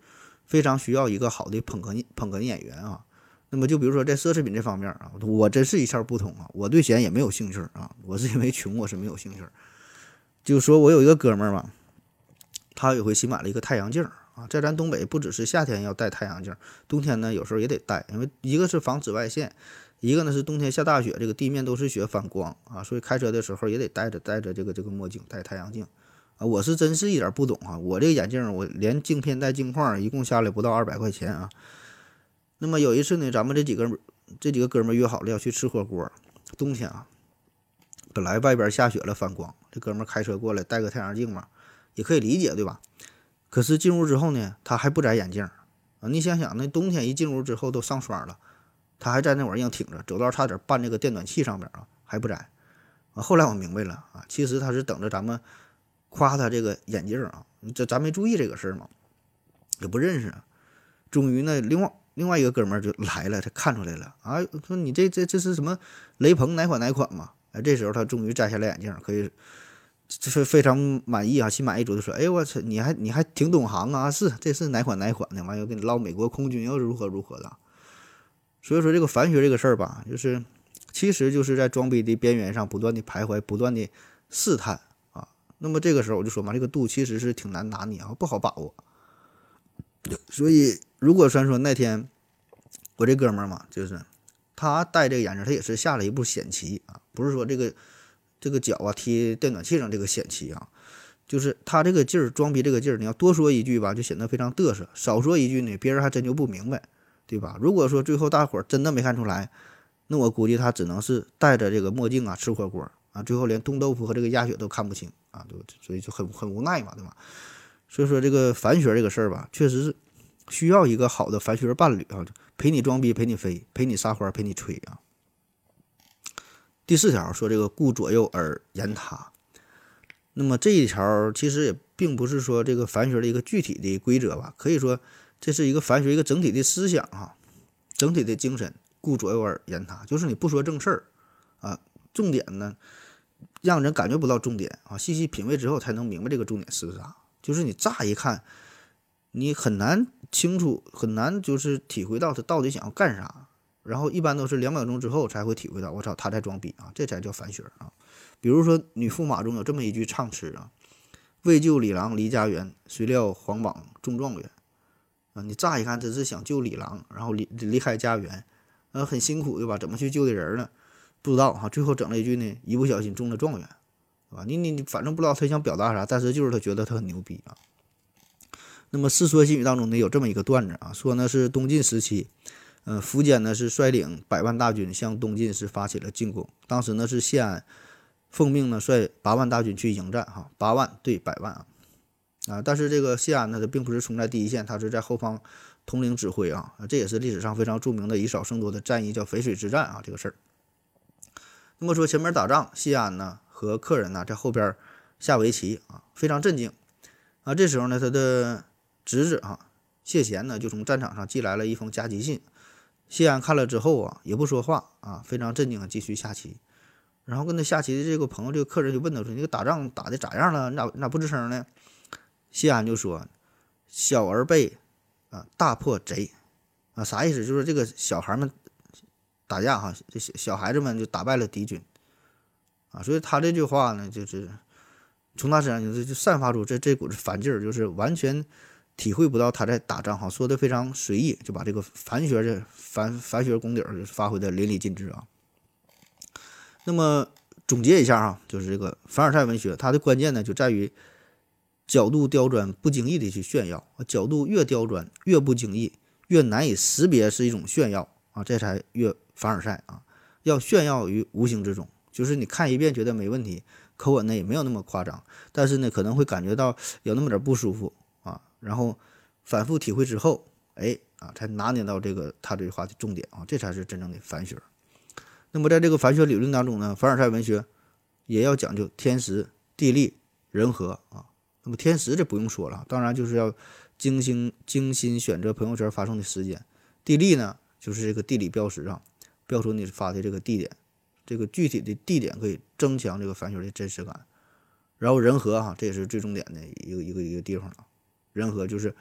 非常需要一个好的捧哏捧哏演员啊。那么就比如说在奢侈品这方面啊，我真是一窍不通啊，我对钱也没有兴趣啊，我是因为穷，我是没有兴趣。就说我有一个哥们儿嘛，他有回新买了一个太阳镜啊，在咱东北不只是夏天要戴太阳镜，冬天呢有时候也得戴，因为一个是防紫外线，一个呢是冬天下大雪，这个地面都是雪反光啊，所以开车的时候也得戴着戴着这个这个墨镜，戴太阳镜啊。我是真是一点不懂啊，我这个眼镜我连镜片带镜框一共下来不到二百块钱啊。那么有一次呢，咱们这几个这几个哥们约好了要去吃火锅，冬天啊，本来外边下雪了反光，这哥们开车过来戴个太阳镜嘛，也可以理解对吧？可是进屋之后呢，他还不摘眼镜啊！你想想，那冬天一进屋之后都上霜了，他还在那玩意儿硬挺着，走道差点绊这个电暖气上面啊，还不摘啊！后来我明白了啊，其实他是等着咱们夸他这个眼镜啊，这咱没注意这个事儿嘛，也不认识啊。终于呢，另外另外一个哥们儿就来了，他看出来了啊，说你这这这是什么雷朋哪款哪款嘛？哎，这时候他终于摘下来眼镜，可以。这是非常满意啊，心满意足的说：“哎，我操，你还你还挺懂行啊！是，这是哪款哪款的？完又跟你唠美国空军又如何如何的。所以说这个凡学这个事儿吧，就是其实就是在装逼的边缘上不断的徘徊，不断的试探啊。那么这个时候我就说嘛，这个度其实是挺难拿捏啊，不好把握。所以如果算说那天我这哥们儿嘛，就是他戴这个眼镜，他也是下了一步险棋啊，不是说这个。”这个脚啊踢电暖气上这个险棋啊，就是他这个劲儿装逼这个劲儿，你要多说一句吧，就显得非常嘚瑟；少说一句呢，别人还真就不明白，对吧？如果说最后大伙儿真的没看出来，那我估计他只能是戴着这个墨镜啊吃火锅啊，最后连冻豆腐和这个鸭血都看不清啊，对，所以就很很无奈嘛，对吧？所以说这个凡学这个事儿吧，确实是需要一个好的凡学伴侣啊，陪你装逼，陪你飞，陪你撒欢，陪你吹啊。第四条说这个顾左右而言他，那么这一条其实也并不是说这个凡学的一个具体的规则吧，可以说这是一个凡学一个整体的思想哈，整体的精神。顾左右而言他，就是你不说正事儿啊，重点呢让人感觉不到重点啊，细细品味之后才能明白这个重点是啥。就是你乍一看，你很难清楚，很难就是体会到他到底想要干啥。然后一般都是两秒钟之后才会体会到，我操，他在装逼啊，这才叫凡学啊。比如说《女驸马》中有这么一句唱词啊：“为救李郎离家园，谁料皇榜中状元。”啊，你乍一看这是想救李郎，然后离离开家园，呃，很辛苦对吧？怎么去救的人呢？不知道哈。最后整了一句呢，一不小心中了状元，对吧？你你你反正不知道他想表达啥，但是就是他觉得他很牛逼啊。那么《世说新语》当中呢有这么一个段子啊，说呢是东晋时期。呃，苻坚呢是率领百万大军向东晋是发起了进攻。当时呢是谢安奉命呢率八万大军去迎战，哈，八万对百万啊啊！但是这个谢安呢，他并不是冲在第一线，他是在后方统领指挥啊。这也是历史上非常著名的以少胜多的战役，叫淝水之战啊。这个事儿。那么说前面打仗，谢安呢和客人呢在后边下围棋啊，非常镇静啊。这时候呢，他的侄子啊谢贤呢就从战场上寄来了一封加急信。谢安看了之后啊，也不说话啊，非常镇静的继续下棋。然后跟他下棋的这个朋友，这个客人就问他说：“你这个打仗打的咋样了？你咋你咋不吱声呢？”谢安就说：“小儿辈啊，大破贼啊，啥意思？就是这个小孩们打架哈，这小小孩子们就打败了敌军啊。所以他这句话呢，就是从他身上就就散发出这这股子反劲儿，就是完全。”体会不到他在打仗哈，说的非常随意，就把这个凡学这凡凡学功底儿发挥的淋漓尽致啊。那么总结一下啊，就是这个凡尔赛文学，它的关键呢就在于角度刁钻，不经意的去炫耀，角度越刁钻越不经意，越难以识别是一种炫耀啊，这才越凡尔赛啊。要炫耀于无形之中，就是你看一遍觉得没问题，口吻呢也没有那么夸张，但是呢可能会感觉到有那么点不舒服。然后反复体会之后，哎啊，才拿捏到这个他这句话的重点啊，这才是真正的凡学。那么在这个凡学理论当中呢，凡尔赛文学也要讲究天时、地利、人和啊。那么天时这不用说了，当然就是要精心精心选择朋友圈发送的时间。地利呢，就是这个地理标识啊，标出你发的这个地点，这个具体的地点可以增强这个凡学的真实感。然后人和哈，这也是最重点的一个一个一个地方了。人和就是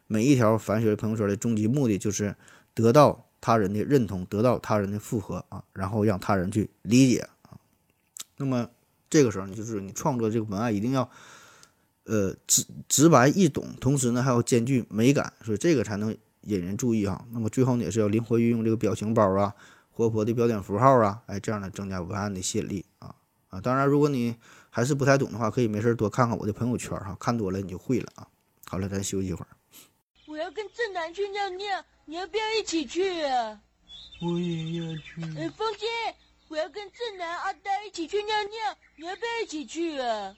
每一条反雪朋友圈的终极目的就是得到他人的认同，得到他人的附和啊，然后让他人去理解啊。那么这个时候，你就是你创作这个文案一定要呃直直白易懂，同时呢还要兼具美感，所以这个才能引人注意哈。那么最后呢也是要灵活运用这个表情包啊、活泼的标点符号啊，哎，这样呢增加文案的吸引力啊啊。当然，如果你还是不太懂的话，可以没事多看看我的朋友圈哈，看多了你就会了啊。好了，咱休息一会儿。 我要跟正南去尿尿，你要不要一起去啊？ 我也要去。 呃，风姐，我要跟正南、阿呆一起去尿尿，你要不要一起去啊？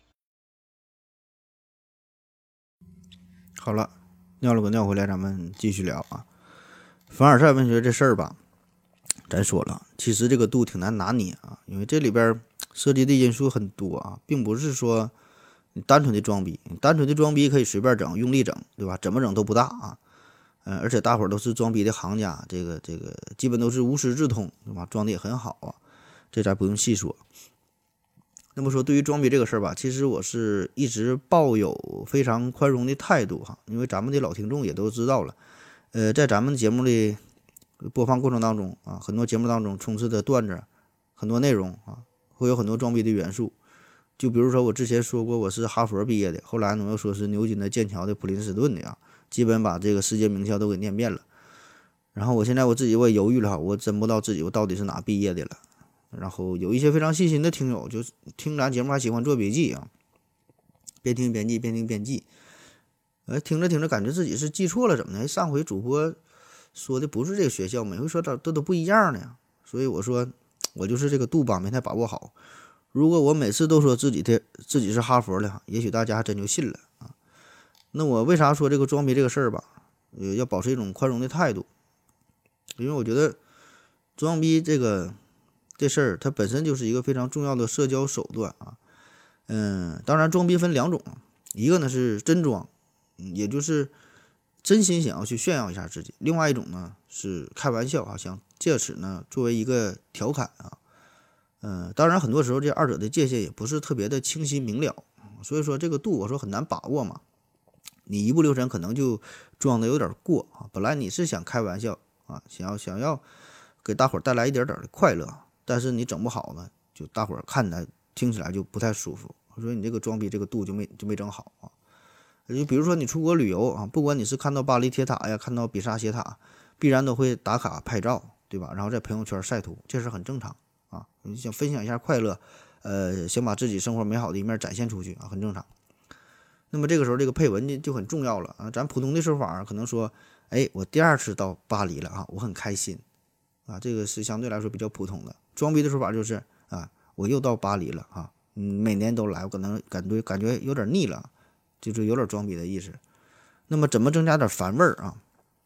好了，尿了个尿回来，咱们继续聊啊。凡尔赛文学这事儿吧，咱说了，其实这个度挺难拿捏啊，因为这里边涉及的因素很多啊，并不是说你单纯的装逼，你单纯的装逼可以随便整，用力整，对吧？怎么整都不大啊。嗯，而且大伙儿都是装逼的行家，这个这个基本都是无师自通，对吧？装的也很好啊，这咱不用细说。那么说，对于装逼这个事儿吧，其实我是一直抱有非常宽容的态度哈，因为咱们的老听众也都知道了，呃，在咱们节目的播放过程当中啊，很多节目当中充斥的段子，很多内容啊，会有很多装逼的元素。就比如说我之前说过我是哈佛毕业的，后来呢又说是牛津的、剑桥的、普林斯顿的啊，基本把这个世界名校都给念遍了。然后我现在我自己我也犹豫了哈，我真不知道自己我到底是哪毕业的了。然后有一些非常细心的听友，就听咱节目还喜欢做笔记啊，边听边记，边听边记。哎，听着听着感觉自己是记错了，怎么的？上回主播说的不是这个学校，每回说的都都不一样呢。所以我说，我就是这个度吧，没太把握好。如果我每次都说自己的自己是哈佛的，也许大家还真就信了啊。那我为啥说这个装逼这个事儿吧？呃，要保持一种宽容的态度，因为我觉得装逼这个这事儿，它本身就是一个非常重要的社交手段啊。嗯，当然装逼分两种，一个呢是真装，也就是真心想要去炫耀一下自己；另外一种呢是开玩笑啊，想借此呢作为一个调侃啊。嗯，当然很多时候这二者的界限也不是特别的清晰明了，所以说这个度我说很难把握嘛。你一不留神可能就装的有点过啊，本来你是想开玩笑啊，想要想要给大伙儿带来一点点的快乐，但是你整不好呢，就大伙儿看起来听起来就不太舒服，所以你这个装逼这个度就没就没整好啊。就比如说你出国旅游啊，不管你是看到巴黎铁塔呀，看到比萨斜塔，必然都会打卡拍照，对吧？然后在朋友圈晒图，这是很正常啊。你想分享一下快乐，呃，想把自己生活美好的一面展现出去啊，很正常。那么这个时候这个配文就就很重要了啊。咱普通的说法可能说，哎，我第二次到巴黎了啊，我很开心啊，这个是相对来说比较普通的。装逼的说法就是啊，我又到巴黎了啊，嗯，每年都来，我可能感觉感觉有点腻了，就是有点装逼的意思。那么怎么增加点烦味儿啊？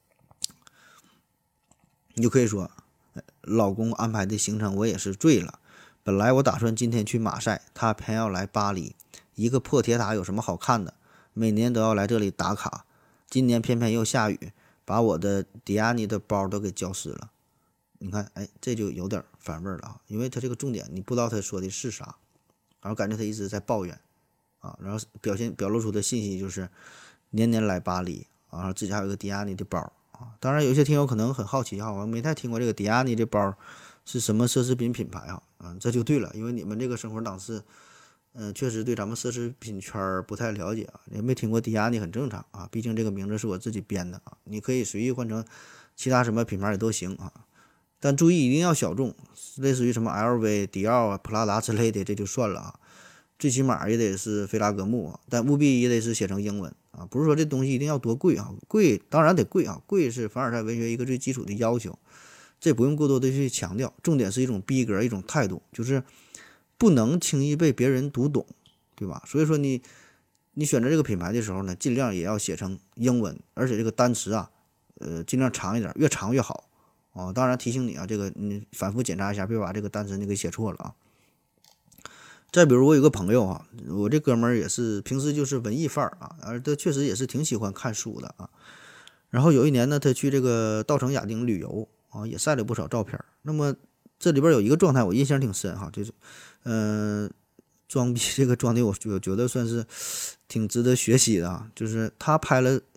你就可以说，老公安排的行程我也是醉了，本来我打算今天去马赛，他偏要来巴黎。一个破铁塔有什么好看的？每年都要来这里打卡，今年偏偏又下雨，把我的迪亚尼的包都给浇湿了。你看，哎，这就有点反味了啊，因为他这个重点你不知道他说的是啥，然后感觉他一直在抱怨啊，然后表现表露出的信息就是年年来巴黎啊，然后自己还有一个迪亚尼的包啊。当然，有些听友可能很好奇哈，我没太听过这个迪亚尼的包是什么奢侈品品牌啊？啊，这就对了，因为你们这个生活档次。嗯、呃，确实对咱们奢侈品圈不太了解啊，也没听过迪亚尼很正常啊，毕竟这个名字是我自己编的啊，你可以随意换成其他什么品牌也都行啊，但注意一定要小众，类似于什么 L V、迪奥啊、普拉达之类的这就算了啊，最起码也得是菲拉格慕啊，但务必也得是写成英文啊，不是说这东西一定要多贵啊，贵当然得贵啊，贵是凡尔赛文学一个最基础的要求，这不用过多的去强调，重点是一种逼格，一种态度，就是不能轻易被别人读懂，对吧？所以说你你选择这个品牌的时候呢，尽量也要写成英文，而且这个单词啊，呃，尽量长一点，越长越好哦。当然提醒你啊，这个你反复检查一下，别把这个单词你给写错了啊。再比如我有个朋友啊，我这哥们儿也是平时就是文艺范儿啊，而他确实也是挺喜欢看书的啊。然后有一年呢，他去这个稻城亚丁旅游啊，也晒了不少照片。那么这里边有一个状态我印象挺深哈，就是。嗯、呃，装逼这个装的我我觉得算是挺值得学习的啊，就是他拍了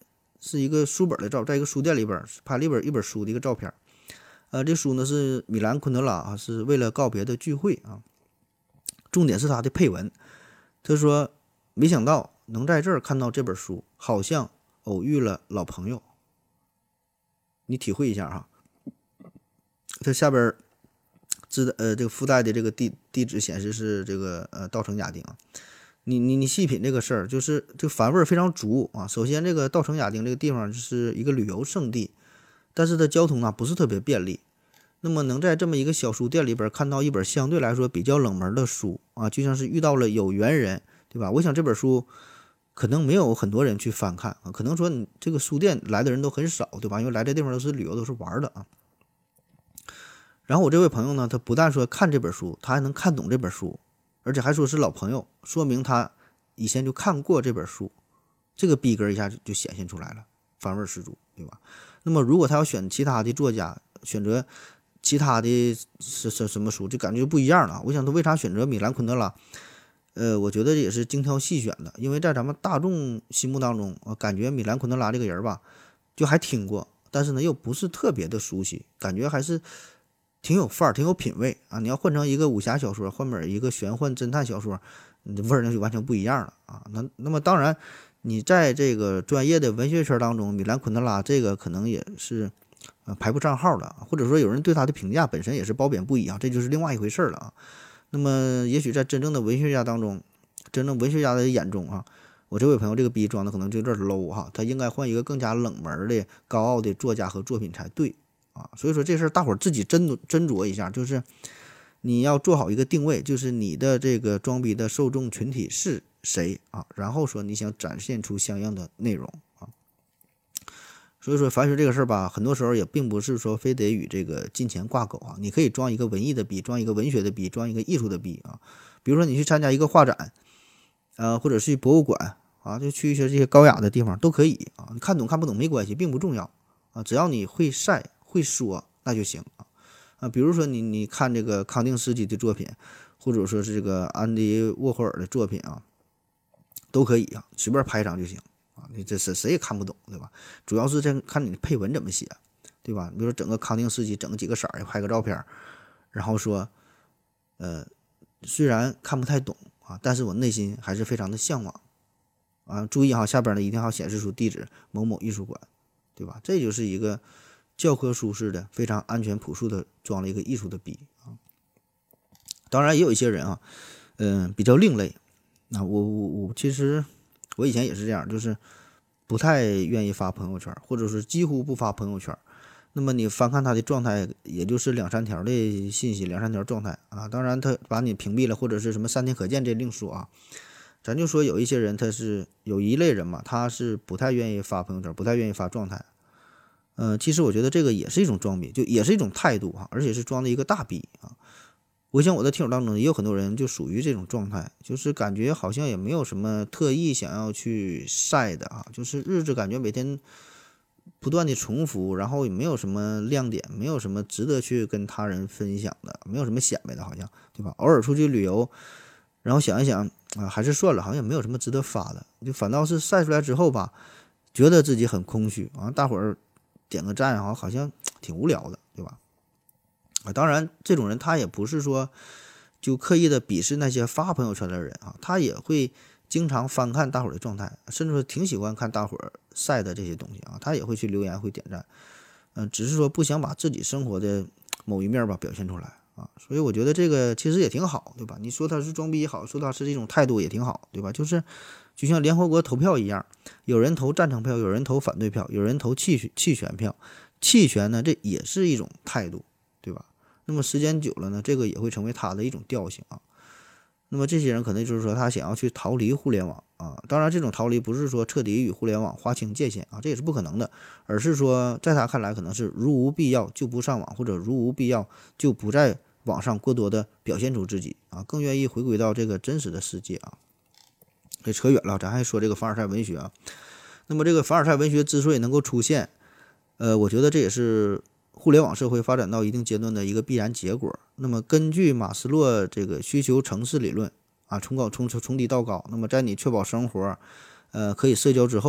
是一个书本的照，在一个书店里边拍了一本一本书的一个照片。呃，这书呢是米兰昆德拉啊，是为了告别的聚会啊。重点是他的配文，他说没想到能在这儿看到这本书，好像偶遇了老朋友。你体会一下哈，它下边自呃这个附带的这个地地址显示是这个呃稻城亚丁啊。你你你细品这个事儿，就是这个繁味非常足啊。首先，这个稻城亚丁这个地方就是一个旅游胜地，但是它交通啊不是特别便利。那么能在这么一个小书店里边看到一本相对来说比较冷门的书啊，就像是遇到了有缘人，对吧？我想这本书可能没有很多人去翻看啊，可能说你这个书店来的人都很少，对吧？因为来这地方都是旅游，都是玩的啊。然后我这位朋友呢，他不但说看这本书，他还能看懂这本书，而且还说是老朋友，说明他以前就看过这本书，这个逼格一下就显现出来了，反味十足，对吧？那么如果他要选其他的作家，选择其他的是什什么书，就感觉不一样了。我想他为啥选择米兰昆德拉？呃，我觉得也是精挑细选的，因为在咱们大众心目当中，我感觉米兰昆德拉这个人吧，就还听过，但是呢又不是特别的熟悉，感觉还是挺有范儿，挺有品味啊。你要换成一个武侠小说，换本一个玄幻侦探小说，你的味儿那就完全不一样了啊。那那么当然，你在这个专业的文学圈当中，米兰昆德拉这个可能也是。呃，排不上号的，或者说有人对他的评价本身也是褒贬不一啊，这就是另外一回事了啊。那么，也许在真正的文学家当中，真正文学家的眼中啊，我这位朋友这个逼装的可能就有点 low 哈，他应该换一个更加冷门的、高傲的作家和作品才对啊。所以说这事儿大伙儿自己斟斟酌一下，就是你要做好一个定位，就是你的这个装逼的受众群体是谁啊，然后说你想展现出相应的内容。所以说凡学这个事儿吧，很多时候也并不是说非得与这个金钱挂钩啊。你可以装一个文艺的逼，装一个文学的逼，装一个艺术的逼啊。比如说你去参加一个画展，呃，或者是去博物馆啊，就去一些这些高雅的地方都可以啊。你看懂看不懂没关系，并不重要啊，只要你会晒会说那就行啊。啊，比如说你你看这个康定斯基的作品，或者说是这个安迪沃霍尔的作品啊，都可以啊，随便拍一张就行。啊，你这是谁也看不懂，对吧？主要是这看你配文怎么写，对吧？比如说整个康定斯基，整个几个色儿，拍个照片，然后说，呃，虽然看不太懂啊，但是我内心还是非常的向往啊。注意哈，下边呢一定要显示出地址某某艺术馆，对吧？这就是一个教科书式的非常安全朴素的装了一个艺术的逼啊。当然也有一些人啊，嗯、呃，比较另类。那我我我其实。我以前也是这样，就是不太愿意发朋友圈，或者是几乎不发朋友圈。那么你翻看他的状态，也就是两三条的信息，两三条状态啊。当然他把你屏蔽了，或者是什么三天可见，这另说啊。咱就说有一些人，他是有一类人嘛，他是不太愿意发朋友圈，不太愿意发状态。嗯、呃，其实我觉得这个也是一种装逼，就也是一种态度哈，而且是装的一个大逼啊。我想我的听友当中也有很多人就属于这种状态，就是感觉好像也没有什么特意想要去晒的啊，就是日子感觉每天不断的重复，然后也没有什么亮点，没有什么值得去跟他人分享的，没有什么显摆的，好像对吧？偶尔出去旅游，然后想一想啊，还是算了，好像也没有什么值得发的，就反倒是晒出来之后吧，觉得自己很空虚啊，大伙儿点个赞啊，好像挺无聊的，对吧？啊，当然，这种人他也不是说就刻意的鄙视那些发朋友圈的人啊，他也会经常翻看大伙儿的状态，甚至说挺喜欢看大伙儿晒的这些东西啊，他也会去留言，会点赞，嗯、呃，只是说不想把自己生活的某一面吧表现出来啊，所以我觉得这个其实也挺好，对吧？你说他是装逼也好，说他是一种态度也挺好，对吧？就是就像联合国投票一样，有人投赞成票，有人投反对票，有人投弃弃权票，弃权呢，这也是一种态度，对吧？那么时间久了呢，这个也会成为他的一种调性啊。那么这些人可能就是说他想要去逃离互联网啊，当然这种逃离不是说彻底与互联网划清界限啊，这也是不可能的，而是说在他看来可能是如无必要就不上网，或者如无必要就不在网上过多的表现出自己啊，更愿意回归到这个真实的世界啊。这扯远了，咱还说这个凡尔赛文学啊。那么这个凡尔赛文学之所以能够出现，呃，我觉得这也是互联网社会发展到一定阶段的一个必然结果。那么根据马斯洛这个需求层次理论啊，从高从从低到高，那么在你确保生活呃可以社交之后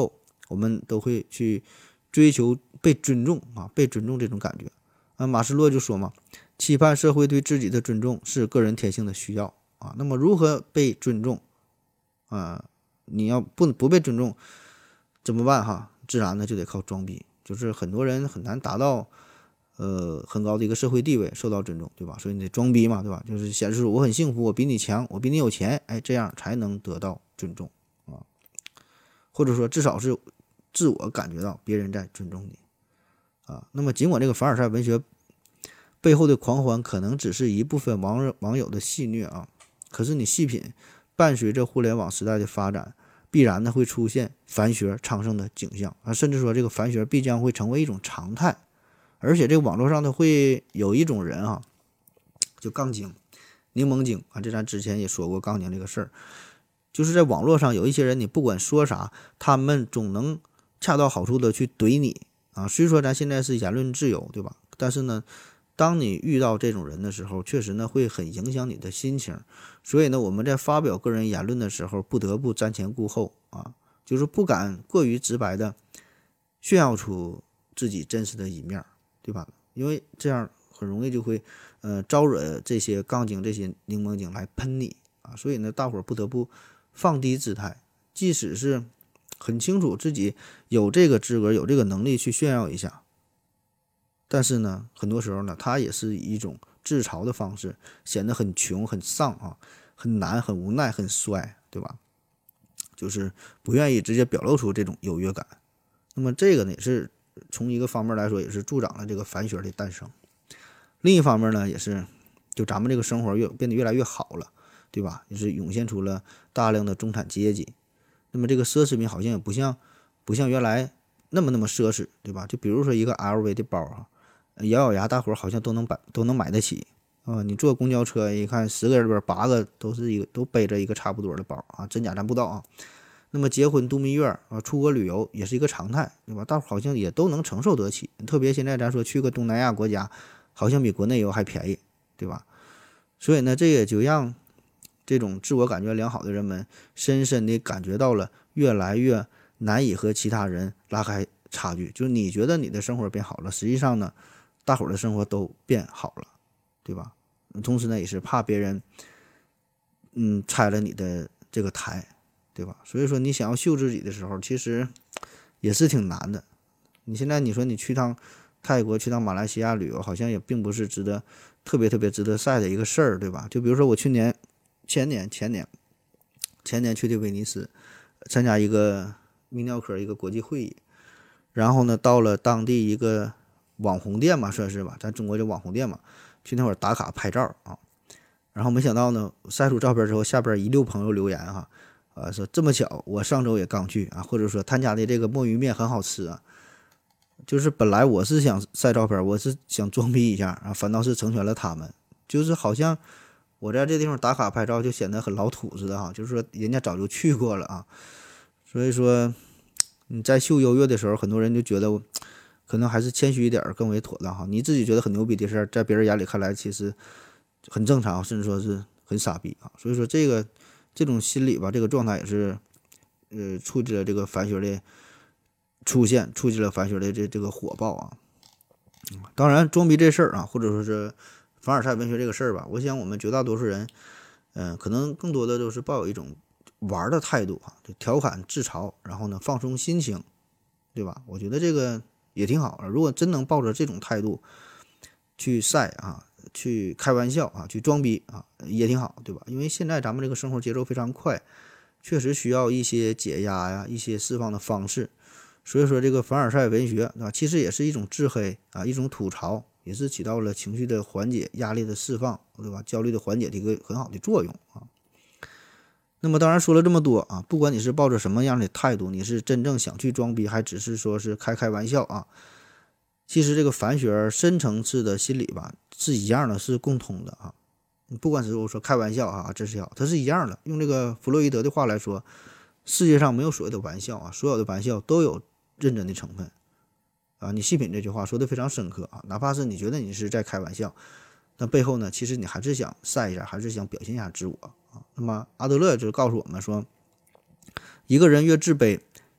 我们都会去追求被尊重啊，被尊重这种感觉啊。马斯洛就说嘛，期盼社会对自己的尊重是个人天性的需要啊。那么如何被尊重啊？你要不不被尊重怎么办哈？自然呢就得靠装逼，就是很多人很难达到呃很高的一个社会地位，受到尊重，对吧？所以你得装逼嘛，对吧？就是显示出我很幸福，我比你强，我比你有钱，哎，这样才能得到尊重啊，或者说至少是自我感觉到别人在尊重你啊。那么尽管这个凡尔赛文学背后的狂欢可能只是一部分网友网友的戏谑啊，可是你细品，伴随着互联网时代的发展，必然呢会出现凡学昌盛的景象啊，甚至说这个凡学必将会成为一种常态。而且这个网络上呢会有一种人啊，就杠精、柠檬精啊，这咱之前也说过杠精这个事儿，就是在网络上有一些人，你不管说啥，他们总能恰到好处的去怼你啊。虽说咱现在是言论自由，对吧？但是呢，当你遇到这种人的时候，确实呢会很影响你的心情。所以呢，我们在发表个人言论的时候，不得不瞻前顾后啊，就是不敢过于直白的炫耀出自己真实的一面，对吧？因为这样很容易就会呃招惹这些杠精、这些柠檬精来喷你啊。所以呢，大伙儿不得不放低姿态，即使是很清楚自己有这个资格、有这个能力去炫耀一下，但是呢，很多时候呢，它也是一种自嘲的方式，显得很穷、很丧啊，很难、很无奈、很衰，对吧？就是不愿意直接表露出这种优越感。那么这个呢，也是从一个方面来说，也是助长了这个凡学的诞生。另一方面呢，也是就咱们这个生活越变得越来越好了，对吧？也是涌现出了大量的中产阶级。那么这个奢侈品好像也不像不像原来那么那么奢侈，对吧？就比如说一个 L V 的包啊，咬咬牙，大伙儿好像都能买都能买得起啊。你坐公交车一看，十个人里边八个都是一个都背着一个差不多的包啊，真假咱不知道啊。那么结婚度蜜月啊，出国旅游也是一个常态，对吧？大伙好像也都能承受得起。特别现在咱说去个东南亚国家，好像比国内游还便宜，对吧？所以呢，这也就让这种自我感觉良好的人们深深地感觉到了越来越难以和其他人拉开差距。就是你觉得你的生活变好了，实际上呢，大伙儿的生活都变好了，对吧？同时呢，也是怕别人嗯拆了你的这个台，对吧？所以说你想要秀自己的时候，其实也是挺难的。你现在你说你去趟泰国、去趟马来西亚旅游，好像也并不是值得特别特别值得晒的一个事儿，对吧？就比如说我去年、前年、前年、前年去的威尼斯，参加一个泌尿科一个国际会议，然后呢，到了当地一个网红店嘛，算是吧，咱中国叫网红店嘛，去那会儿打卡拍照啊，然后没想到呢，晒出照片之后，下边一溜朋友留言哈。啊，说这么巧，我上周也刚去啊，或者说他家的这个墨鱼面很好吃啊。就是本来我是想晒照片，我是想装逼一下啊，反倒是成全了他们。就是好像我在这地方打卡拍照，就显得很老土似的哈。就是说人家早就去过了啊，所以说你在秀优越的时候，很多人就觉得可能还是谦虚一点更为妥当哈。你自己觉得很牛逼的事儿，在别人眼里看来其实很正常，甚至说是很傻逼啊。所以说这个。这种心理吧，这个状态也是，呃，促进了这个凡学的出现，促进了凡学的这这个火爆啊。当然，装逼这事儿啊，或者说是凡尔赛文学这个事儿吧，我想我们绝大多数人，嗯、呃，可能更多的都是抱有一种玩的态度啊，就调侃自嘲，然后呢放松心情，对吧？我觉得这个也挺好啊。如果真能抱着这种态度去晒啊。去开玩笑啊，去装逼啊，也挺好，对吧？因为现在咱们这个生活节奏非常快，确实需要一些解压呀，一些释放的方式。所以说，这个凡尔赛文学啊，其实也是一种自黑啊，一种吐槽，也是起到了情绪的缓解、压力的释放，对吧？焦虑的缓解的一个很好的作用啊。那么，当然说了这么多啊，不管你是抱着什么样的态度，你是真正想去装逼，还只是说是开开玩笑啊。其实这个凡学深层次的心理吧是一样的，是共通的啊。不管是我说开玩笑啊，这是要它是一样的。用这个弗洛伊德的话来说，世界上没有所谓的玩笑啊，所有的玩笑都有认真的成分啊。你细品这句话说的非常深刻啊，哪怕是你觉得你是在开玩笑，那背后呢，其实你还是想晒一下，还是想表现一下自我啊。那么阿德勒就告诉我们说，一个人越自卑，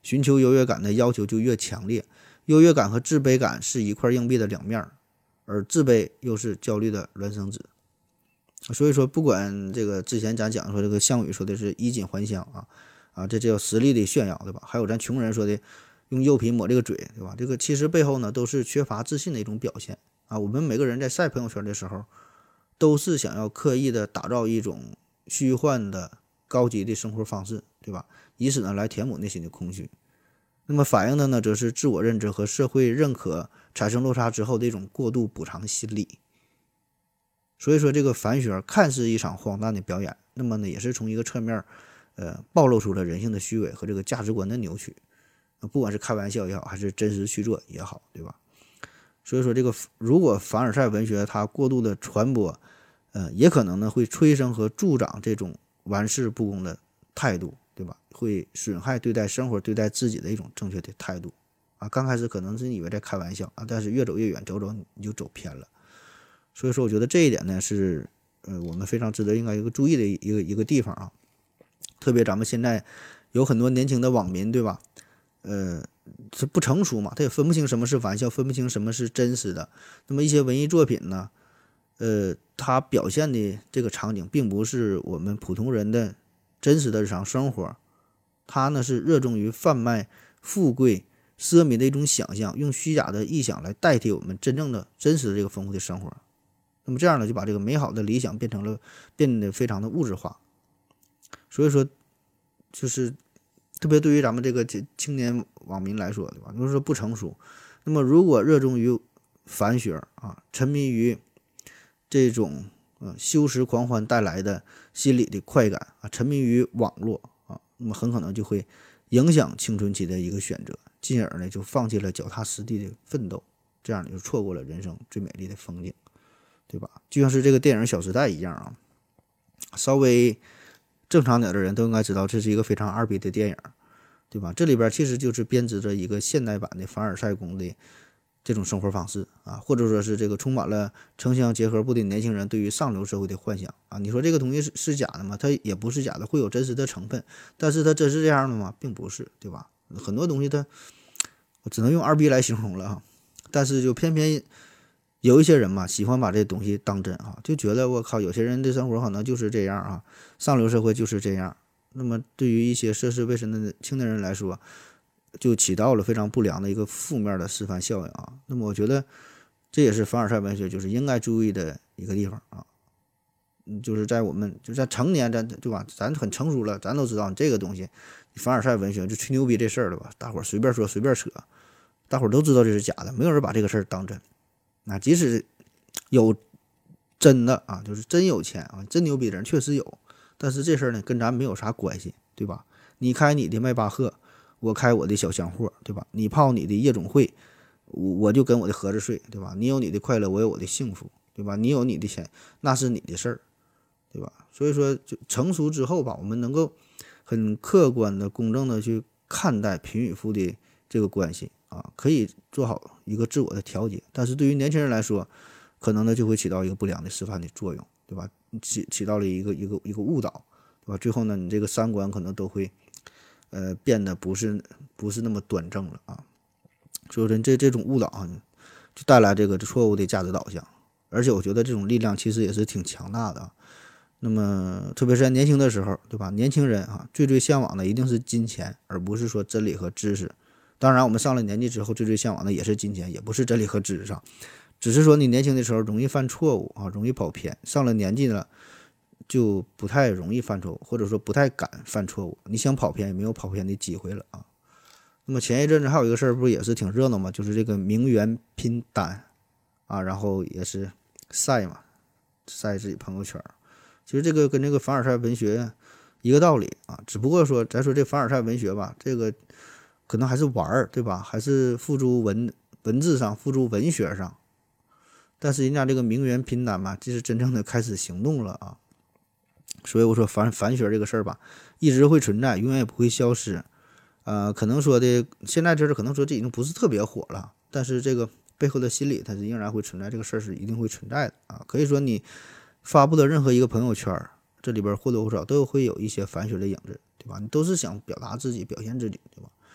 寻求优越感的要求就越强烈。优越感和自卑感是一块硬币的两面，而自卑又是焦虑的孪生子。所以说，不管这个之前咱讲说这个项羽说的是衣锦还乡啊啊，这叫实力的炫耀，对吧？还有咱穷人说的用柚皮抹这个嘴，对吧？这个其实背后呢都是缺乏自信的一种表现啊。我们每个人在晒朋友圈的时候，都是想要刻意的打造一种虚幻的高级的生活方式，对吧？以此呢来填补内心的空虚。那么反映的呢，则是自我认知和社会认可产生落差之后的一种过度补偿心理。所以说，这个反学看似一场荒诞的表演，那么呢，也是从一个侧面，呃，暴露出了人性的虚伪和这个价值观的扭曲。不管是开玩笑也好，还是真实去做也好，对吧？所以说，这个如果凡尔赛文学它过度的传播，呃，也可能呢会催生和助长这种玩世不恭的态度。对吧？会损害对待生活、对待自己的一种正确的态度啊！刚开始可能是以为在开玩笑啊，但是越走越远，走走你就走偏了。所以说，我觉得这一点呢是呃我们非常值得应该一个注意的一个一个地方啊。特别咱们现在有很多年轻的网民，对吧？呃，是不成熟嘛，他也分不清什么是玩笑，分不清什么是真实的。那么一些文艺作品呢，呃，它表现的这个场景，并不是我们普通人的真实的日常生活，他呢是热衷于贩卖富贵奢靡的一种想象，用虚假的臆想来代替我们真正的真实的这个丰富的生活。那么这样呢，就把这个美好的理想变成了变得非常的物质化。所以说，就是特别对于咱们这个青年网民来说，对吧？就是说不成熟。那么如果热衷于反学啊，沉迷于这种呃修饰狂欢带来的心理的快感啊，沉迷于网络啊，那么很可能就会影响青春期的一个选择，进而呢就放弃了脚踏实地的奋斗，这样呢就错过了人生最美丽的风景，对吧？就像是这个电影《小时代》一样啊，稍微正常点的人都应该知道这是一个非常二逼的电影，对吧？这里边其实就是编织着一个现代版的凡尔赛宫的这种生活方式啊，或者说是这个充满了城乡结合部的年轻人对于上流社会的幻想啊。你说这个东西是是假的吗？它也不是假的，会有真实的成分，但是它真是这样的吗？并不是，对吧？很多东西它我只能用二逼来形容了啊。但是就偏偏有一些人嘛，喜欢把这东西当真啊，就觉得我靠，有些人的生活可能就是这样啊，上流社会就是这样。那么对于一些涉世未深的青年人来说，就起到了非常不良的一个负面的示范效应啊。那么我觉得这也是凡尔赛文学就是应该注意的一个地方啊。嗯，就是在我们就在成年，咱对吧？咱很成熟了，咱都知道你这个东西，凡尔赛文学就吹牛逼这事儿了吧？大伙儿随便说随便扯，大伙儿都知道这是假的，没有人把这个事儿当真。那即使有真的啊，就是真有钱啊，真牛逼的人确实有，但是这事儿呢跟咱没有啥关系，对吧？你开你的迈巴赫，我开我的小厢货，对吧？你泡你的夜总会，我我就跟我的盒子睡，对吧？你有你的快乐，我有我的幸福，对吧？你有你的钱，那是你的事儿，对吧？所以说，就成熟之后吧，我们能够很客观的、公正的去看待贫与富的这个关系啊，可以做好一个自我的调节。但是对于年轻人来说，可能呢就会起到一个不良的示范的作用，对吧？起起到了一个一个一个误导，对吧？最后呢，你这个三观可能都会。呃，变得不是不是那么端正了啊，所以说这这种误导啊，就带来这个错误的价值导向，而且我觉得这种力量其实也是挺强大的啊。那么特别是在年轻的时候，对吧？年轻人啊，最最向往的一定是金钱，而不是说真理和知识。当然，我们上了年纪之后，最最向往的也是金钱，也不是真理和知识上，只是说你年轻的时候容易犯错误啊，容易跑偏，上了年纪了。就不太容易犯错误，或者说不太敢犯错误。你想跑偏也没有跑偏的机会了啊。那么前一阵子还有一个事儿，不是也是挺热闹嘛？就是这个名媛拼单啊，然后也是晒嘛，晒自己朋友圈。其实这个跟这个凡尔赛文学一个道理啊，只不过说咱说这凡尔赛文学吧，这个可能还是玩儿，对吧？还是付诸文文字上，付诸文学上。但是人家这个名媛拼单嘛，这是真正的开始行动了啊。所以我说反反学这个事儿吧，一直会存在，永远也不会消失。呃，可能说的现在这是可能说这已经不是特别火了，但是这个背后的心理它是仍然会存在，这个事儿是一定会存在的啊。可以说你发布的任何一个朋友圈，这里边或多或少都会有一些反学的影子，对吧？你都是想表达自己、表现自己，对吧？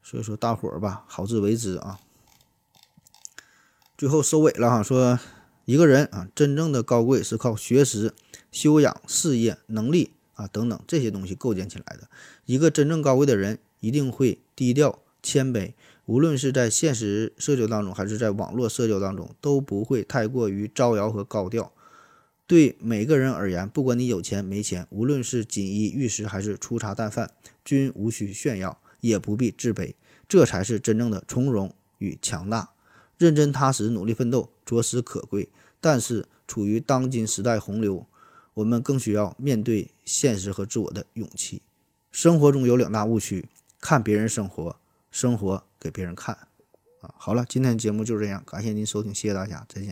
所以说大伙儿吧，好自为之啊。最后收尾了哈，说一个人啊，真正的高贵是靠学识、修养、事业、能力啊等等这些东西构建起来的。一个真正高贵的人一定会低调谦卑，无论是在现实社交当中还是在网络社交当中，都不会太过于招摇和高调。对每个人而言，不管你有钱没钱，无论是锦衣玉食还是粗茶淡饭，均无需炫耀，也不必自卑，这才是真正的从容与强大。认真踏实努力奋斗着实可贵，但是处于当今时代洪流，我们更需要面对现实和自我的勇气。生活中有两大误区，看别人生活，生活给别人看啊。好了，今天的节目就是这样，感谢您收听，谢谢大家，再见。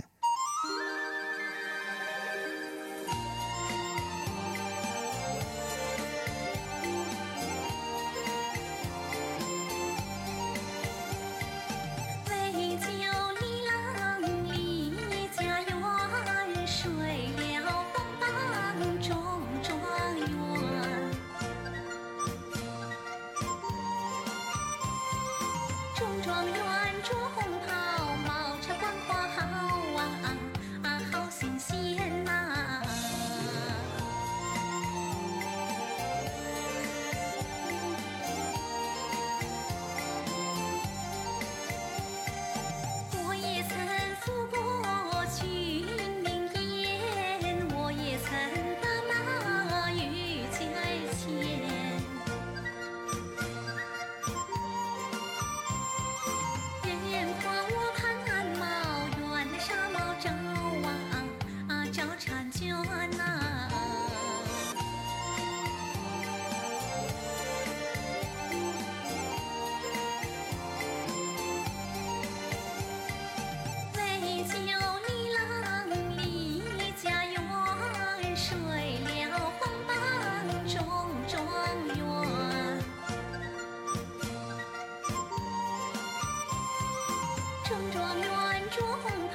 中状元中